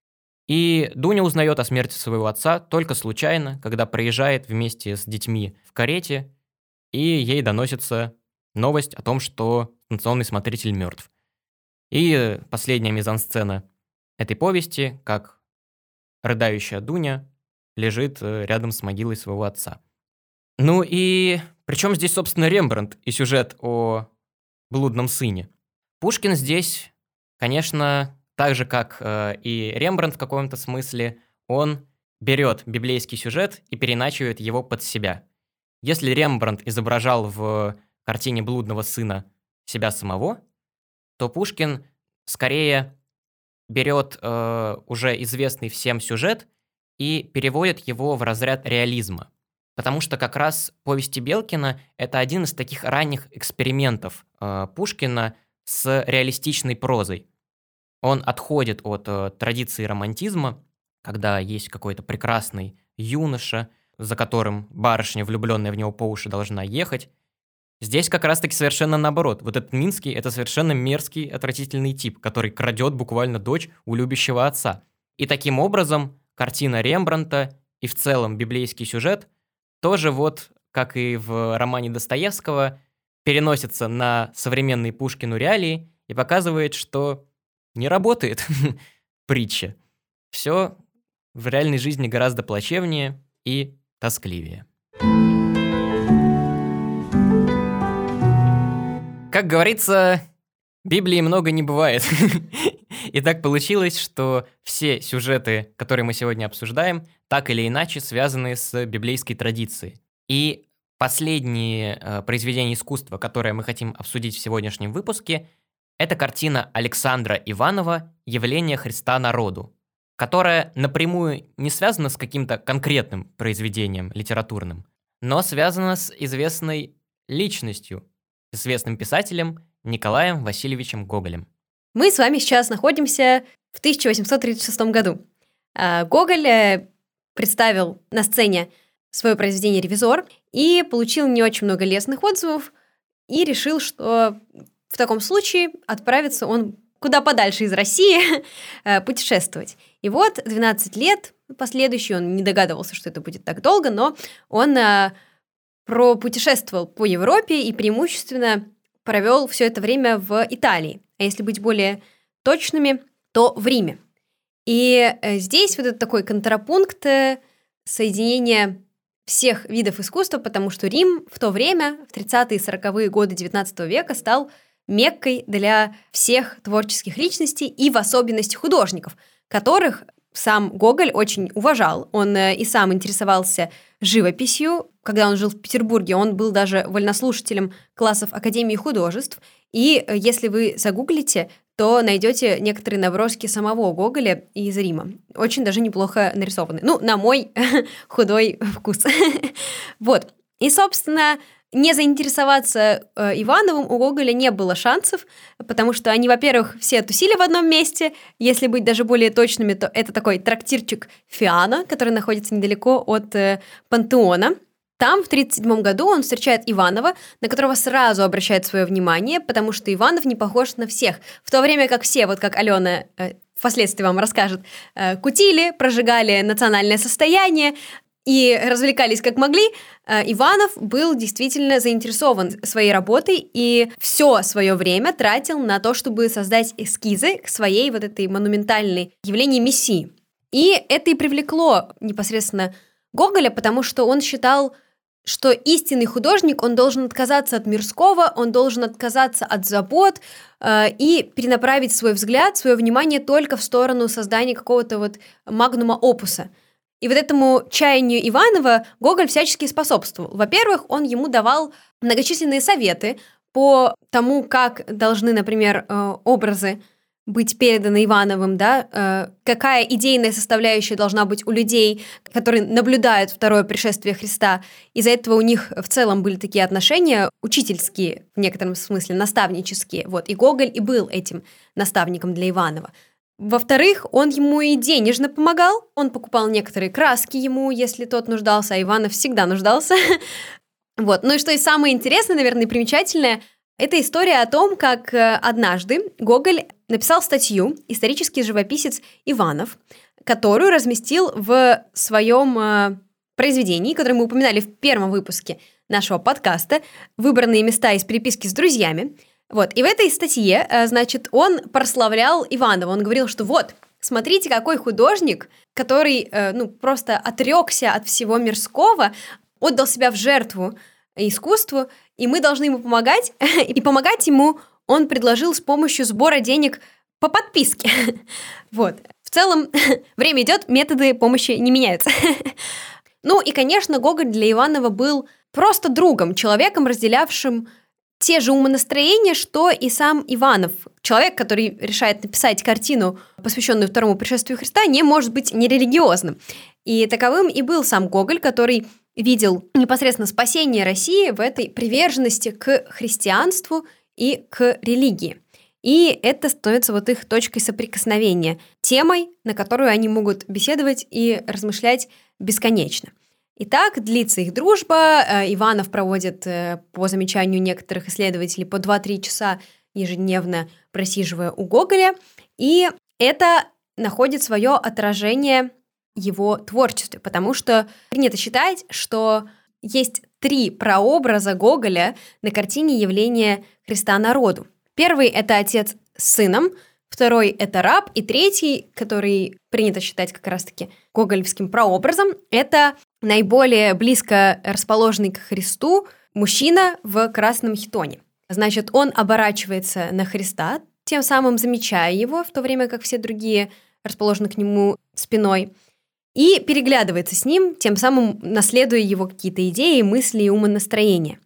И Дуня узнает о смерти своего отца только случайно, когда проезжает вместе с детьми в карете, и ей доносится новость о том, что станционный смотритель мертв. И последняя мизансцена этой повести, как рыдающая Дуня лежит рядом с могилой своего отца. Ну и причем здесь, собственно, Рембрандт и сюжет о блудном сыне. Пушкин здесь, конечно, так же, как и Рембрандт в каком-то смысле, он берет библейский сюжет и переиначивает его под себя. Если Рембрандт изображал в картине блудного сына себя самого, то Пушкин скорее берет уже известный всем сюжет и переводит его в разряд реализма. Потому что как раз повести Белкина – это один из таких ранних экспериментов Пушкина с реалистичной прозой. Он отходит от традиции романтизма, когда есть какой-то прекрасный юноша, за которым барышня, влюбленная в него по уши, должна ехать. Здесь как раз-таки совершенно наоборот. Вот этот Минский – это совершенно мерзкий, отвратительный тип, который крадет буквально дочь у любящего отца. И таким образом картина Рембрандта и в целом библейский сюжет тоже вот, как и в романе Достоевского, переносится на современные Пушкину реалии и показывает, что не работает притча. Все в реальной жизни гораздо плачевнее и тоскливее. Как говорится, Библии много не бывает. И так получилось, что все сюжеты, которые мы сегодня обсуждаем, так или иначе связаны с библейской традицией. И последнее произведение искусства, которое мы хотим обсудить в сегодняшнем выпуске, это картина Александра Иванова «Явление Христа народу», которая напрямую не связана с каким-то конкретным произведением литературным, но связана с известной личностью, известным писателем Николаем Васильевичем Гоголем. Мы с вами сейчас находимся в 1836 году. Гоголь представил на сцене свое произведение «Ревизор» и получил не очень много лестных отзывов, и решил, что в таком случае отправится он куда подальше из России путешествовать. И вот 12 лет последующие, он не догадывался, что это будет так долго, но он пропутешествовал по Европе и преимущественно провел все это время в Италии, а если быть более точными, то в Риме. И здесь вот этот такой контрапункт соединения всех видов искусства, потому что Рим в то время, в 30-е и 40-е годы XIX века, стал Меккой для всех творческих личностей и в особенности художников, которых сам Гоголь очень уважал. Он и сам интересовался живописью. Когда он жил в Петербурге, он был даже вольнослушателем классов Академии художеств. И если вы загуглите, то найдете некоторые наброски самого Гоголя из Рима. Очень даже неплохо нарисованы. Ну, на мой худой вкус. Вот. И, собственно, не заинтересоваться Ивановым у Гоголя не было шансов, потому что они, во-первых, все тусили в одном месте. Если быть даже более точными, то это такой трактирчик Фиано, который находится недалеко от Пантеона. Там в 1937 году он встречает Иванова, на которого сразу обращает свое внимание, потому что Иванов не похож на всех. В то время как все, вот как Алена впоследствии вам расскажет, кутили, прожигали национальное состояние, и развлекались как могли, Иванов был действительно заинтересован своей работой и все свое время тратил на то, чтобы создать эскизы к своей вот этой монументальной явлению Мессии. И это и привлекло непосредственно Гоголя, потому что он считал, что истинный художник, он должен отказаться от мирского, он должен отказаться от забот и перенаправить свой взгляд, свое внимание только в сторону создания какого-то вот магнума опуса. И вот этому чаянию Иванова Гоголь всячески способствовал. Во-первых, он ему давал многочисленные советы по тому, как должны, например, образы быть переданы Ивановым, да, какая идейная составляющая должна быть у людей, которые наблюдают второе пришествие Христа. Из-за этого у них в целом были такие отношения учительские, в некотором смысле, наставнические. Вот. И Гоголь и был этим наставником для Иванова. Во-вторых, он ему и денежно помогал, он покупал некоторые краски ему, если тот нуждался, а Иванов всегда нуждался. Вот. Ну и что и самое интересное, наверное, и примечательное, это история о том, как однажды Гоголь написал статью «Исторический живописец Иванов», которую разместил в своем произведении, которое мы упоминали в первом выпуске нашего подкаста «Выбранные места из переписки с друзьями». Вот. И в этой статье, значит, он прославлял Иванова. Он говорил, что вот, смотрите, какой художник, который, просто отрекся от всего мирского, отдал себя в жертву искусству, и мы должны ему помогать. И помогать ему он предложил с помощью сбора денег по подписке. Вот. В целом, время идет, методы помощи не меняются. Ну и, конечно, Гоголь для Иванова был просто другом, человеком, разделявшим те же умонастроения, что и сам Иванов. Человек, который решает написать картину, посвященную второму пришествию Христа, не может быть нерелигиозным. И таковым и был сам Гоголь, который видел непосредственно спасение России в этой приверженности к христианству и к религии. И это становится вот их точкой соприкосновения, темой, на которую они могут беседовать и размышлять бесконечно. Итак, длится их дружба, Иванов проводит, по замечанию некоторых исследователей, по 2-3 часа ежедневно просиживая у Гоголя, и это находит свое отражение в его творчестве, потому что принято считать, что есть 3 прообраза Гоголя на картине «Явление Христа народу». Первый — это отец с сыном, второй — это раб, и третий, который принято считать как раз-таки гоголевским прообразом, это наиболее близко расположенный к Христу мужчина в красном хитоне. Значит, он оборачивается на Христа, тем самым замечая его, в то время как все другие расположены к нему спиной, и переглядывается с ним, тем самым наследуя его какие-то идеи, мысли и умонастроения.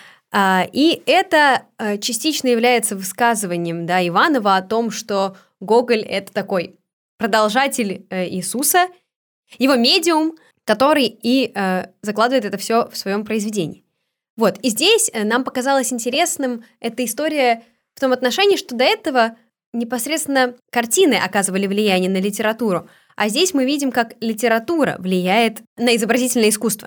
И это частично является высказыванием, да, Иванова о том, что Гоголь — это такой продолжатель Иисуса, его медиум, который и закладывает это все в своем произведении. Вот, и здесь нам показалось интересным эта история в том отношении, что до этого непосредственно картины оказывали влияние на литературу, а здесь мы видим, как литература влияет на изобразительное искусство.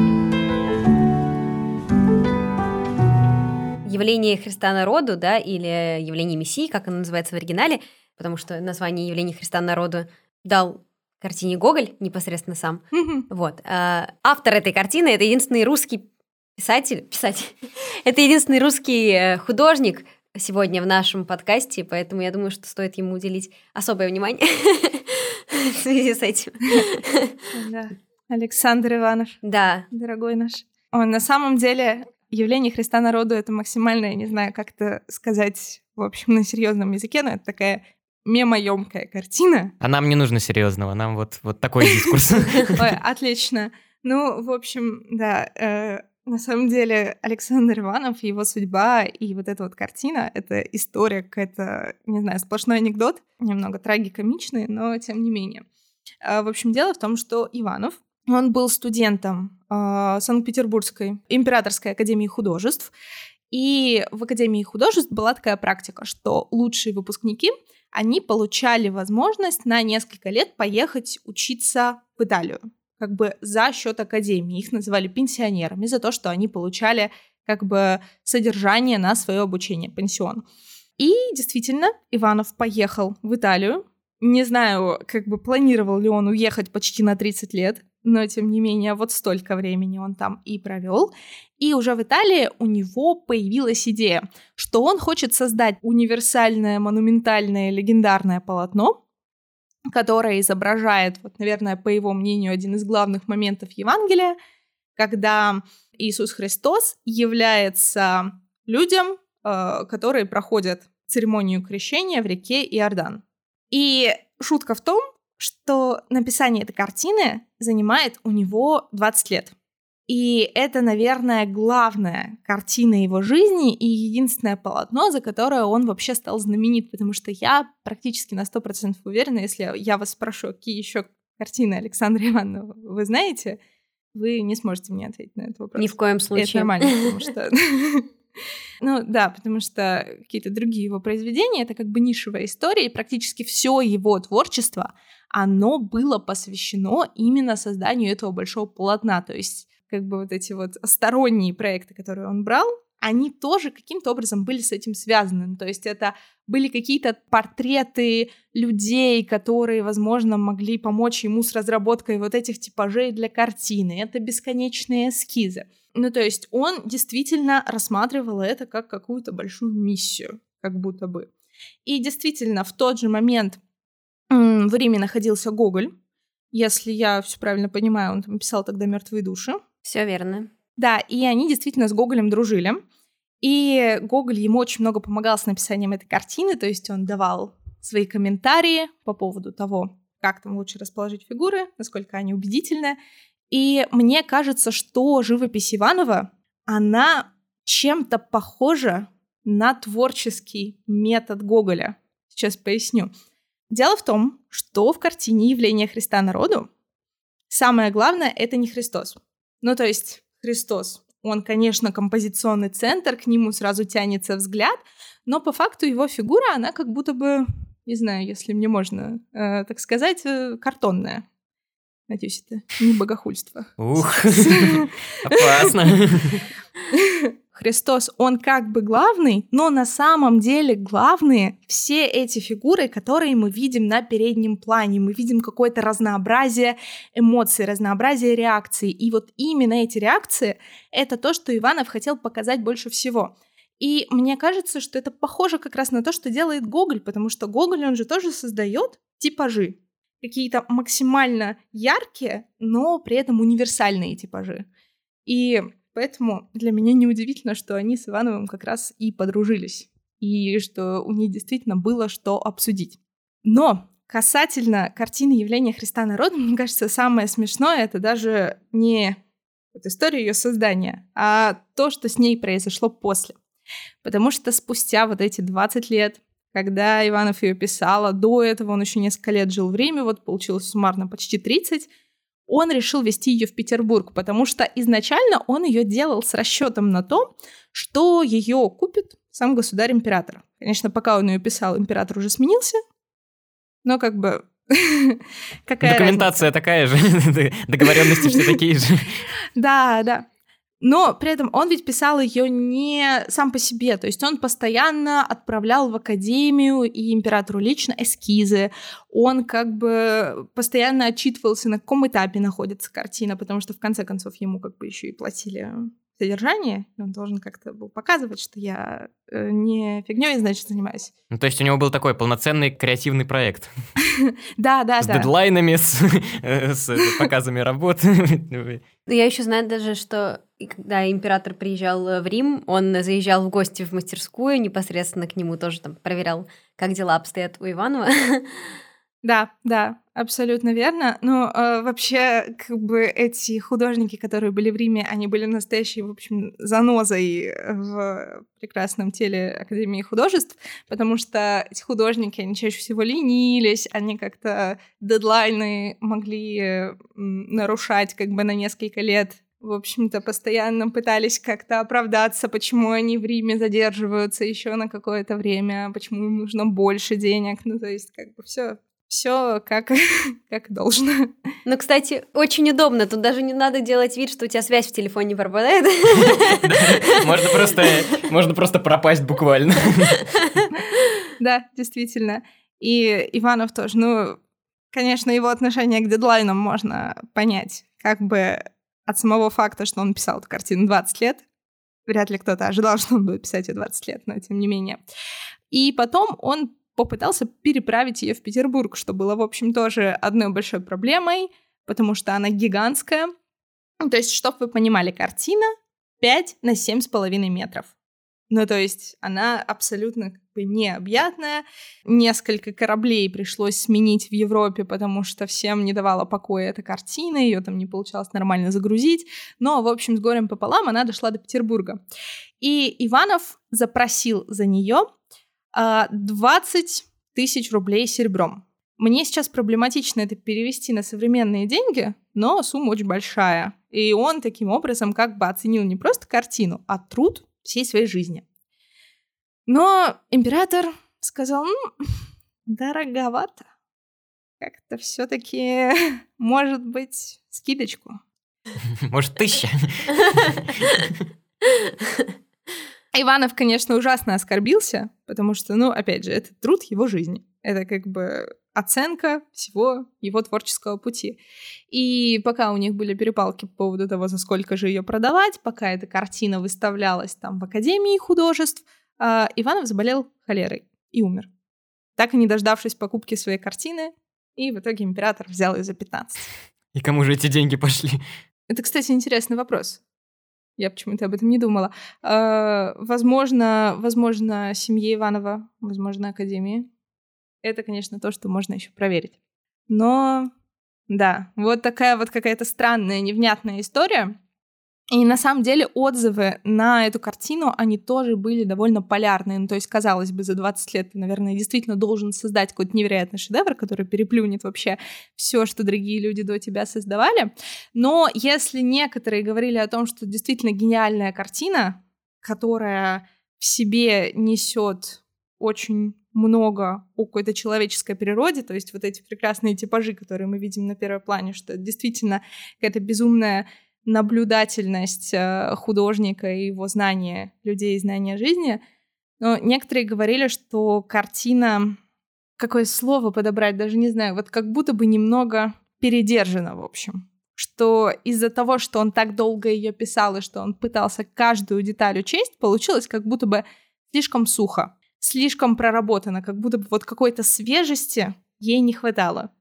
Явление Христа народу, да, или явление Мессии, как оно называется в оригинале, потому что название явления Христа народу дал картине Гоголь непосредственно сам. Вот. Автор этой картины — это единственный русский писатель, это единственный русский художник сегодня в нашем подкасте, поэтому я думаю, что стоит ему уделить особое внимание в связи с этим. Да. Александр Иванов. Да. Дорогой наш. На самом деле, явление Христа народу — это максимально, я не знаю, как это сказать, в общем, на серьезном языке, но это такая мемоемкая картина. А нам не нужно серьезного, нам вот такой дискурс. Ой, отлично. Ну, в общем, да, на самом деле Александр Иванов, его судьба и вот эта вот картина — это история какая-то, не знаю, сплошной анекдот, немного трагикомичный, но тем не менее. В общем, дело в том, что Иванов, он был студентом Санкт-Петербургской императорской академии художеств, и в академии художеств была такая практика, что лучшие выпускники, они получали возможность на несколько лет поехать учиться в Италию, как бы за счет академии. Их называли пенсионерами за то, что они получали как бы содержание на свое обучение, пенсион. И действительно, Иванов поехал в Италию. Не знаю, как бы планировал ли он уехать почти на 30 лет. но тем не менее вот столько времени он там и провел. И уже в Италии у него появилась идея, что он хочет создать универсальное, монументальное, легендарное полотно, которое изображает, вот, наверное, по его мнению, один из главных моментов Евангелия, когда Иисус Христос является людям, которые проходят церемонию крещения в реке Иордан. И шутка в том, что написание этой картины занимает у него 20 лет. И это, наверное, главная картина его жизни и единственное полотно, за которое он вообще стал знаменит, потому что я практически на 100% уверена, если я вас спрошу, какие еще картины Александра Ивановна вы знаете, вы не сможете мне ответить на этот вопрос. Ни в коем случае. И это нормально, потому что... Ну да, потому что какие-то другие его произведения — это как бы нишевая история, и практически все его творчество, оно было посвящено именно созданию этого большого полотна. То есть как бы вот эти вот сторонние проекты, которые он брал, они тоже каким-то образом были с этим связаны. То есть это были какие-то портреты людей, которые, возможно, могли помочь ему с разработкой вот этих типажей для картины. Это бесконечные эскизы. Ну, то есть он действительно рассматривал это как какую-то большую миссию, как будто бы. И действительно, в тот же момент в Риме находился Гоголь. Если я все правильно понимаю, он там писал тогда «Мертвые души». Все верно. Да, и они действительно с Гоголем дружили. И Гоголь ему очень много помогал с написанием этой картины, то есть он давал свои комментарии по поводу того, как там лучше расположить фигуры, насколько они убедительны. И мне кажется, что живопись Иванова, она чем-то похожа на творческий метод Гоголя. Сейчас поясню. Дело в том, что в картине «Явление Христа народу» самое главное — это не Христос. Ну, то есть Христос, он, конечно, композиционный центр, к нему сразу тянется взгляд, но по факту его фигура, она как будто бы, не знаю, если мне можно так сказать, картонная. Надеюсь, это не богохульство. Ух, опасно. Христос, он как бы главный, но на самом деле главные все эти фигуры, которые мы видим на переднем плане. Мы видим какое-то разнообразие эмоций, разнообразие реакций. И вот именно эти реакции — это то, что Иванов хотел показать больше всего. И мне кажется, что это похоже как раз на то, что делает Гоголь, потому что Гоголь, он же тоже создает типажи. Какие-то максимально яркие, но при этом универсальные типажи. И поэтому для меня неудивительно, что они с Ивановым как раз и подружились, и что у них действительно было что обсудить. Но касательно картины «Явление Христа народу», мне кажется, самое смешное — это даже не вот история ее создания, а то, что с ней произошло после. Потому что спустя вот эти 20 лет, когда Иванов ее писал, а до этого он еще несколько лет жил в Риме, вот получилось суммарно почти 30, он решил везти ее в Петербург, потому что изначально он ее делал с расчетом на то, что ее купит сам государь-император. Конечно, пока он ее писал, император уже сменился, но как бы какая документация разница? такая же, договоренности все такие же. Да. Но при этом он ведь писал ее не сам по себе, то есть он постоянно отправлял в академию и императору лично эскизы, он как бы постоянно отчитывался, на каком этапе находится картина, потому что в конце концов ему как бы еще и платили содержание, и он должен как-то был показывать, что я не фигней, значит, занимаюсь. Ну, то есть у него был такой полноценный креативный проект. Да. С дедлайнами, с показами работ. Я еще знаю даже, что когда император приезжал в Рим, он заезжал в гости в мастерскую, непосредственно к нему тоже там проверял, как дела обстоят у Иванова. Да, абсолютно верно. Но вообще, как бы эти художники, которые были в Риме, они были настоящей, в общем, занозой в прекрасном теле Академии художеств, потому что эти художники, они чаще всего ленились, они как-то дедлайны могли нарушать как бы на несколько лет. В общем-то, постоянно пытались как-то оправдаться, почему они в Риме задерживаются еще на какое-то время, почему им нужно больше денег. Ну, то есть, как бы все как должно. Ну, кстати, очень удобно. Тут даже не надо делать вид, что у тебя связь в телефоне пропадает. Можно просто пропасть буквально. Да, действительно. И Иванов тоже, конечно, его отношение к дедлайнам можно понять, как бы от самого факта, что он писал эту картину 20 лет, вряд ли кто-то ожидал, что он будет писать ее 20 лет, но тем не менее. И потом он попытался переправить ее в Петербург, что было, в общем, тоже одной большой проблемой, потому что она гигантская. То есть, чтобы вы понимали, картина 5 на 7,5 метров. Ну, то есть она абсолютно как бы необъятная. Несколько кораблей пришлось сменить в Европе, потому что всем не давала покоя эта картина, ее там не получалось нормально загрузить. Но, в общем, с горем пополам она дошла до Петербурга. И Иванов запросил за нее 20 тысяч рублей серебром. Мне сейчас проблематично это перевести на современные деньги, но сумма очень большая. И он таким образом как бы оценил не просто картину, а труд всей своей жизни. Но император сказал, дороговато. Как-то все-таки, может быть, скидочку. Может, 1000? Иванов, конечно, ужасно оскорбился, потому что, опять же, это труд его жизни. Это как бы оценка всего его творческого пути. И пока у них были перепалки по поводу того, за сколько же ее продавать, пока эта картина выставлялась там в Академии художеств, Иванов заболел холерой и умер. Так и не дождавшись покупки своей картины, и в итоге император взял ее за 15. И кому же эти деньги пошли? Это, кстати, интересный вопрос. Я почему-то об этом не думала. Возможно, семье Иванова, возможно, Академии. Это, конечно, то, что можно еще проверить. Но, да, вот такая вот какая-то странная, невнятная история. И на самом деле отзывы на эту картину, они тоже были довольно полярные. Ну, то есть, казалось бы, за 20 лет ты, наверное, действительно должен создать какой-то невероятный шедевр, который переплюнет вообще все, что другие люди до тебя создавали. Но если некоторые говорили о том, что действительно гениальная картина, которая в себе несет очень много о какой-то человеческой природе, то есть вот эти прекрасные типажи, которые мы видим на первом плане, что это действительно какая-то безумная наблюдательность художника и его знания людей, знания жизни. Но некоторые говорили, что картина, какое слово подобрать, даже не знаю, вот как будто бы немного передержана, в общем. Что из-за того, что он так долго ее писал и что он пытался каждую деталь учесть, получилось как будто бы слишком сухо, слишком проработано, как будто бы вот какой-то свежести ей не хватало.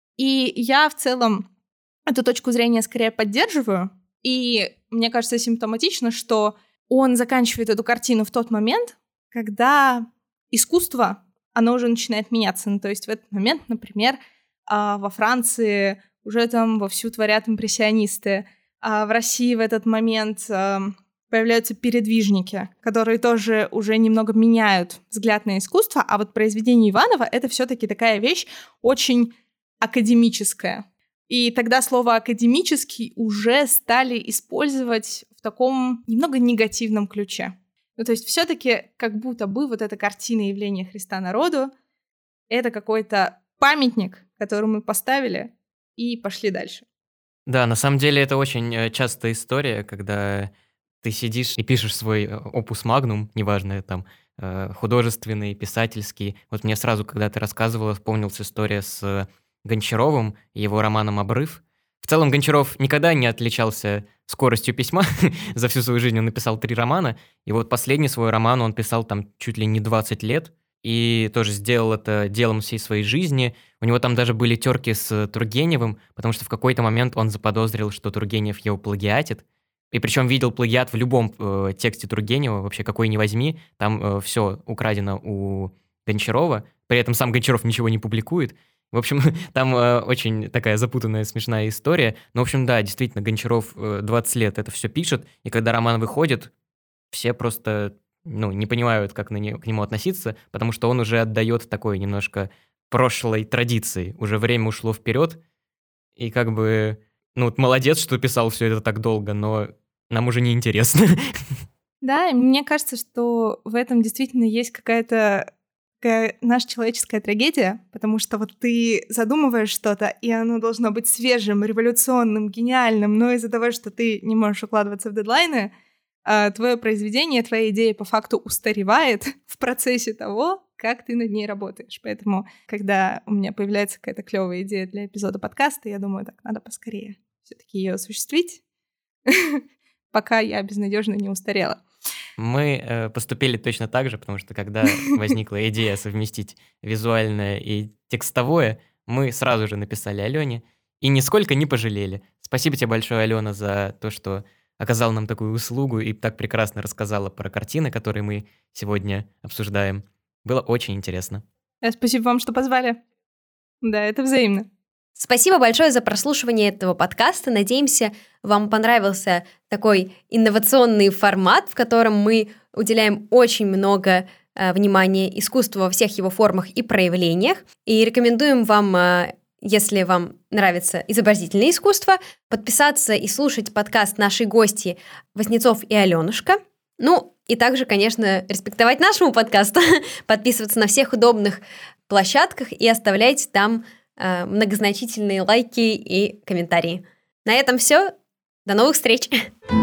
И я в целом эту точку зрения скорее поддерживаю, и мне кажется симптоматично, что он заканчивает эту картину в тот момент, когда искусство, оно уже начинает меняться. Ну, то есть в этот момент, например, во Франции уже там вовсю творят импрессионисты, а в России в этот момент появляются передвижники, которые тоже уже немного меняют взгляд на искусство, а вот произведение Иванова — это все-таки такая вещь очень академическая. И тогда слово «академический» уже стали использовать в таком немного негативном ключе. Ну, то есть все-таки как будто бы вот эта картина явления Христа народу — это какой-то памятник, который мы поставили и пошли дальше. Да, на самом деле это очень частая история, когда ты сидишь и пишешь свой опус магнум, неважно, там, художественный, писательский. Вот мне сразу, когда ты рассказывала, вспомнилась история с Гончаровым и его романом «Обрыв». В целом Гончаров никогда не отличался скоростью письма. За всю свою жизнь он написал 3 романа. И вот последний свой роман он писал там чуть ли не 20 лет. И тоже сделал это делом всей своей жизни. У него там даже были терки с Тургеневым, потому что в какой-то момент он заподозрил, что Тургенев его плагиатит. И причем видел плагиат в любом тексте Тургенева, вообще какой ни возьми, там все украдено у Гончарова, при этом сам Гончаров ничего не публикует. В общем, там очень такая запутанная, смешная история. Но, в общем, да, действительно, Гончаров 20 лет это все пишет, и когда роман выходит, все просто не понимают, как к нему относиться, потому что он уже отдает такой немножко прошлой традиции. Уже время ушло вперед, и как бы, молодец, что писал все это так долго, но нам уже не интересно. Да, и мне кажется, что в этом действительно есть какая-то наша человеческая трагедия, потому что вот ты задумываешь что-то, и оно должно быть свежим, революционным, гениальным, но из-за того, что ты не можешь укладываться в дедлайны, твое произведение, твоя идея по факту устаревает в процессе того, как ты над ней работаешь. Поэтому, когда у меня появляется какая-то клевая идея для эпизода подкаста, я думаю, так, надо поскорее все-таки ее осуществить, пока я безнадежно не устарела. Мы поступили точно так же, потому что когда возникла идея совместить визуальное и текстовое, мы сразу же написали Алене и нисколько не пожалели. Спасибо тебе большое, Алена, за то, что оказала нам такую услугу и так прекрасно рассказала про картины, которые мы сегодня обсуждаем. Было очень интересно. Спасибо вам, что позвали. Да, это взаимно. Спасибо большое за прослушивание этого подкаста. Надеемся, вам понравился такой инновационный формат, в котором мы уделяем очень много внимания искусству во всех его формах и проявлениях. И рекомендуем вам, если вам нравится изобразительное искусство, подписаться и слушать подкаст нашей гости Васнецов и Аленушка. Ну, и также, конечно, респектовать нашему подкасту, подписываться на всех удобных площадках и оставлять там многозначительные лайки и комментарии. На этом все. До новых встреч!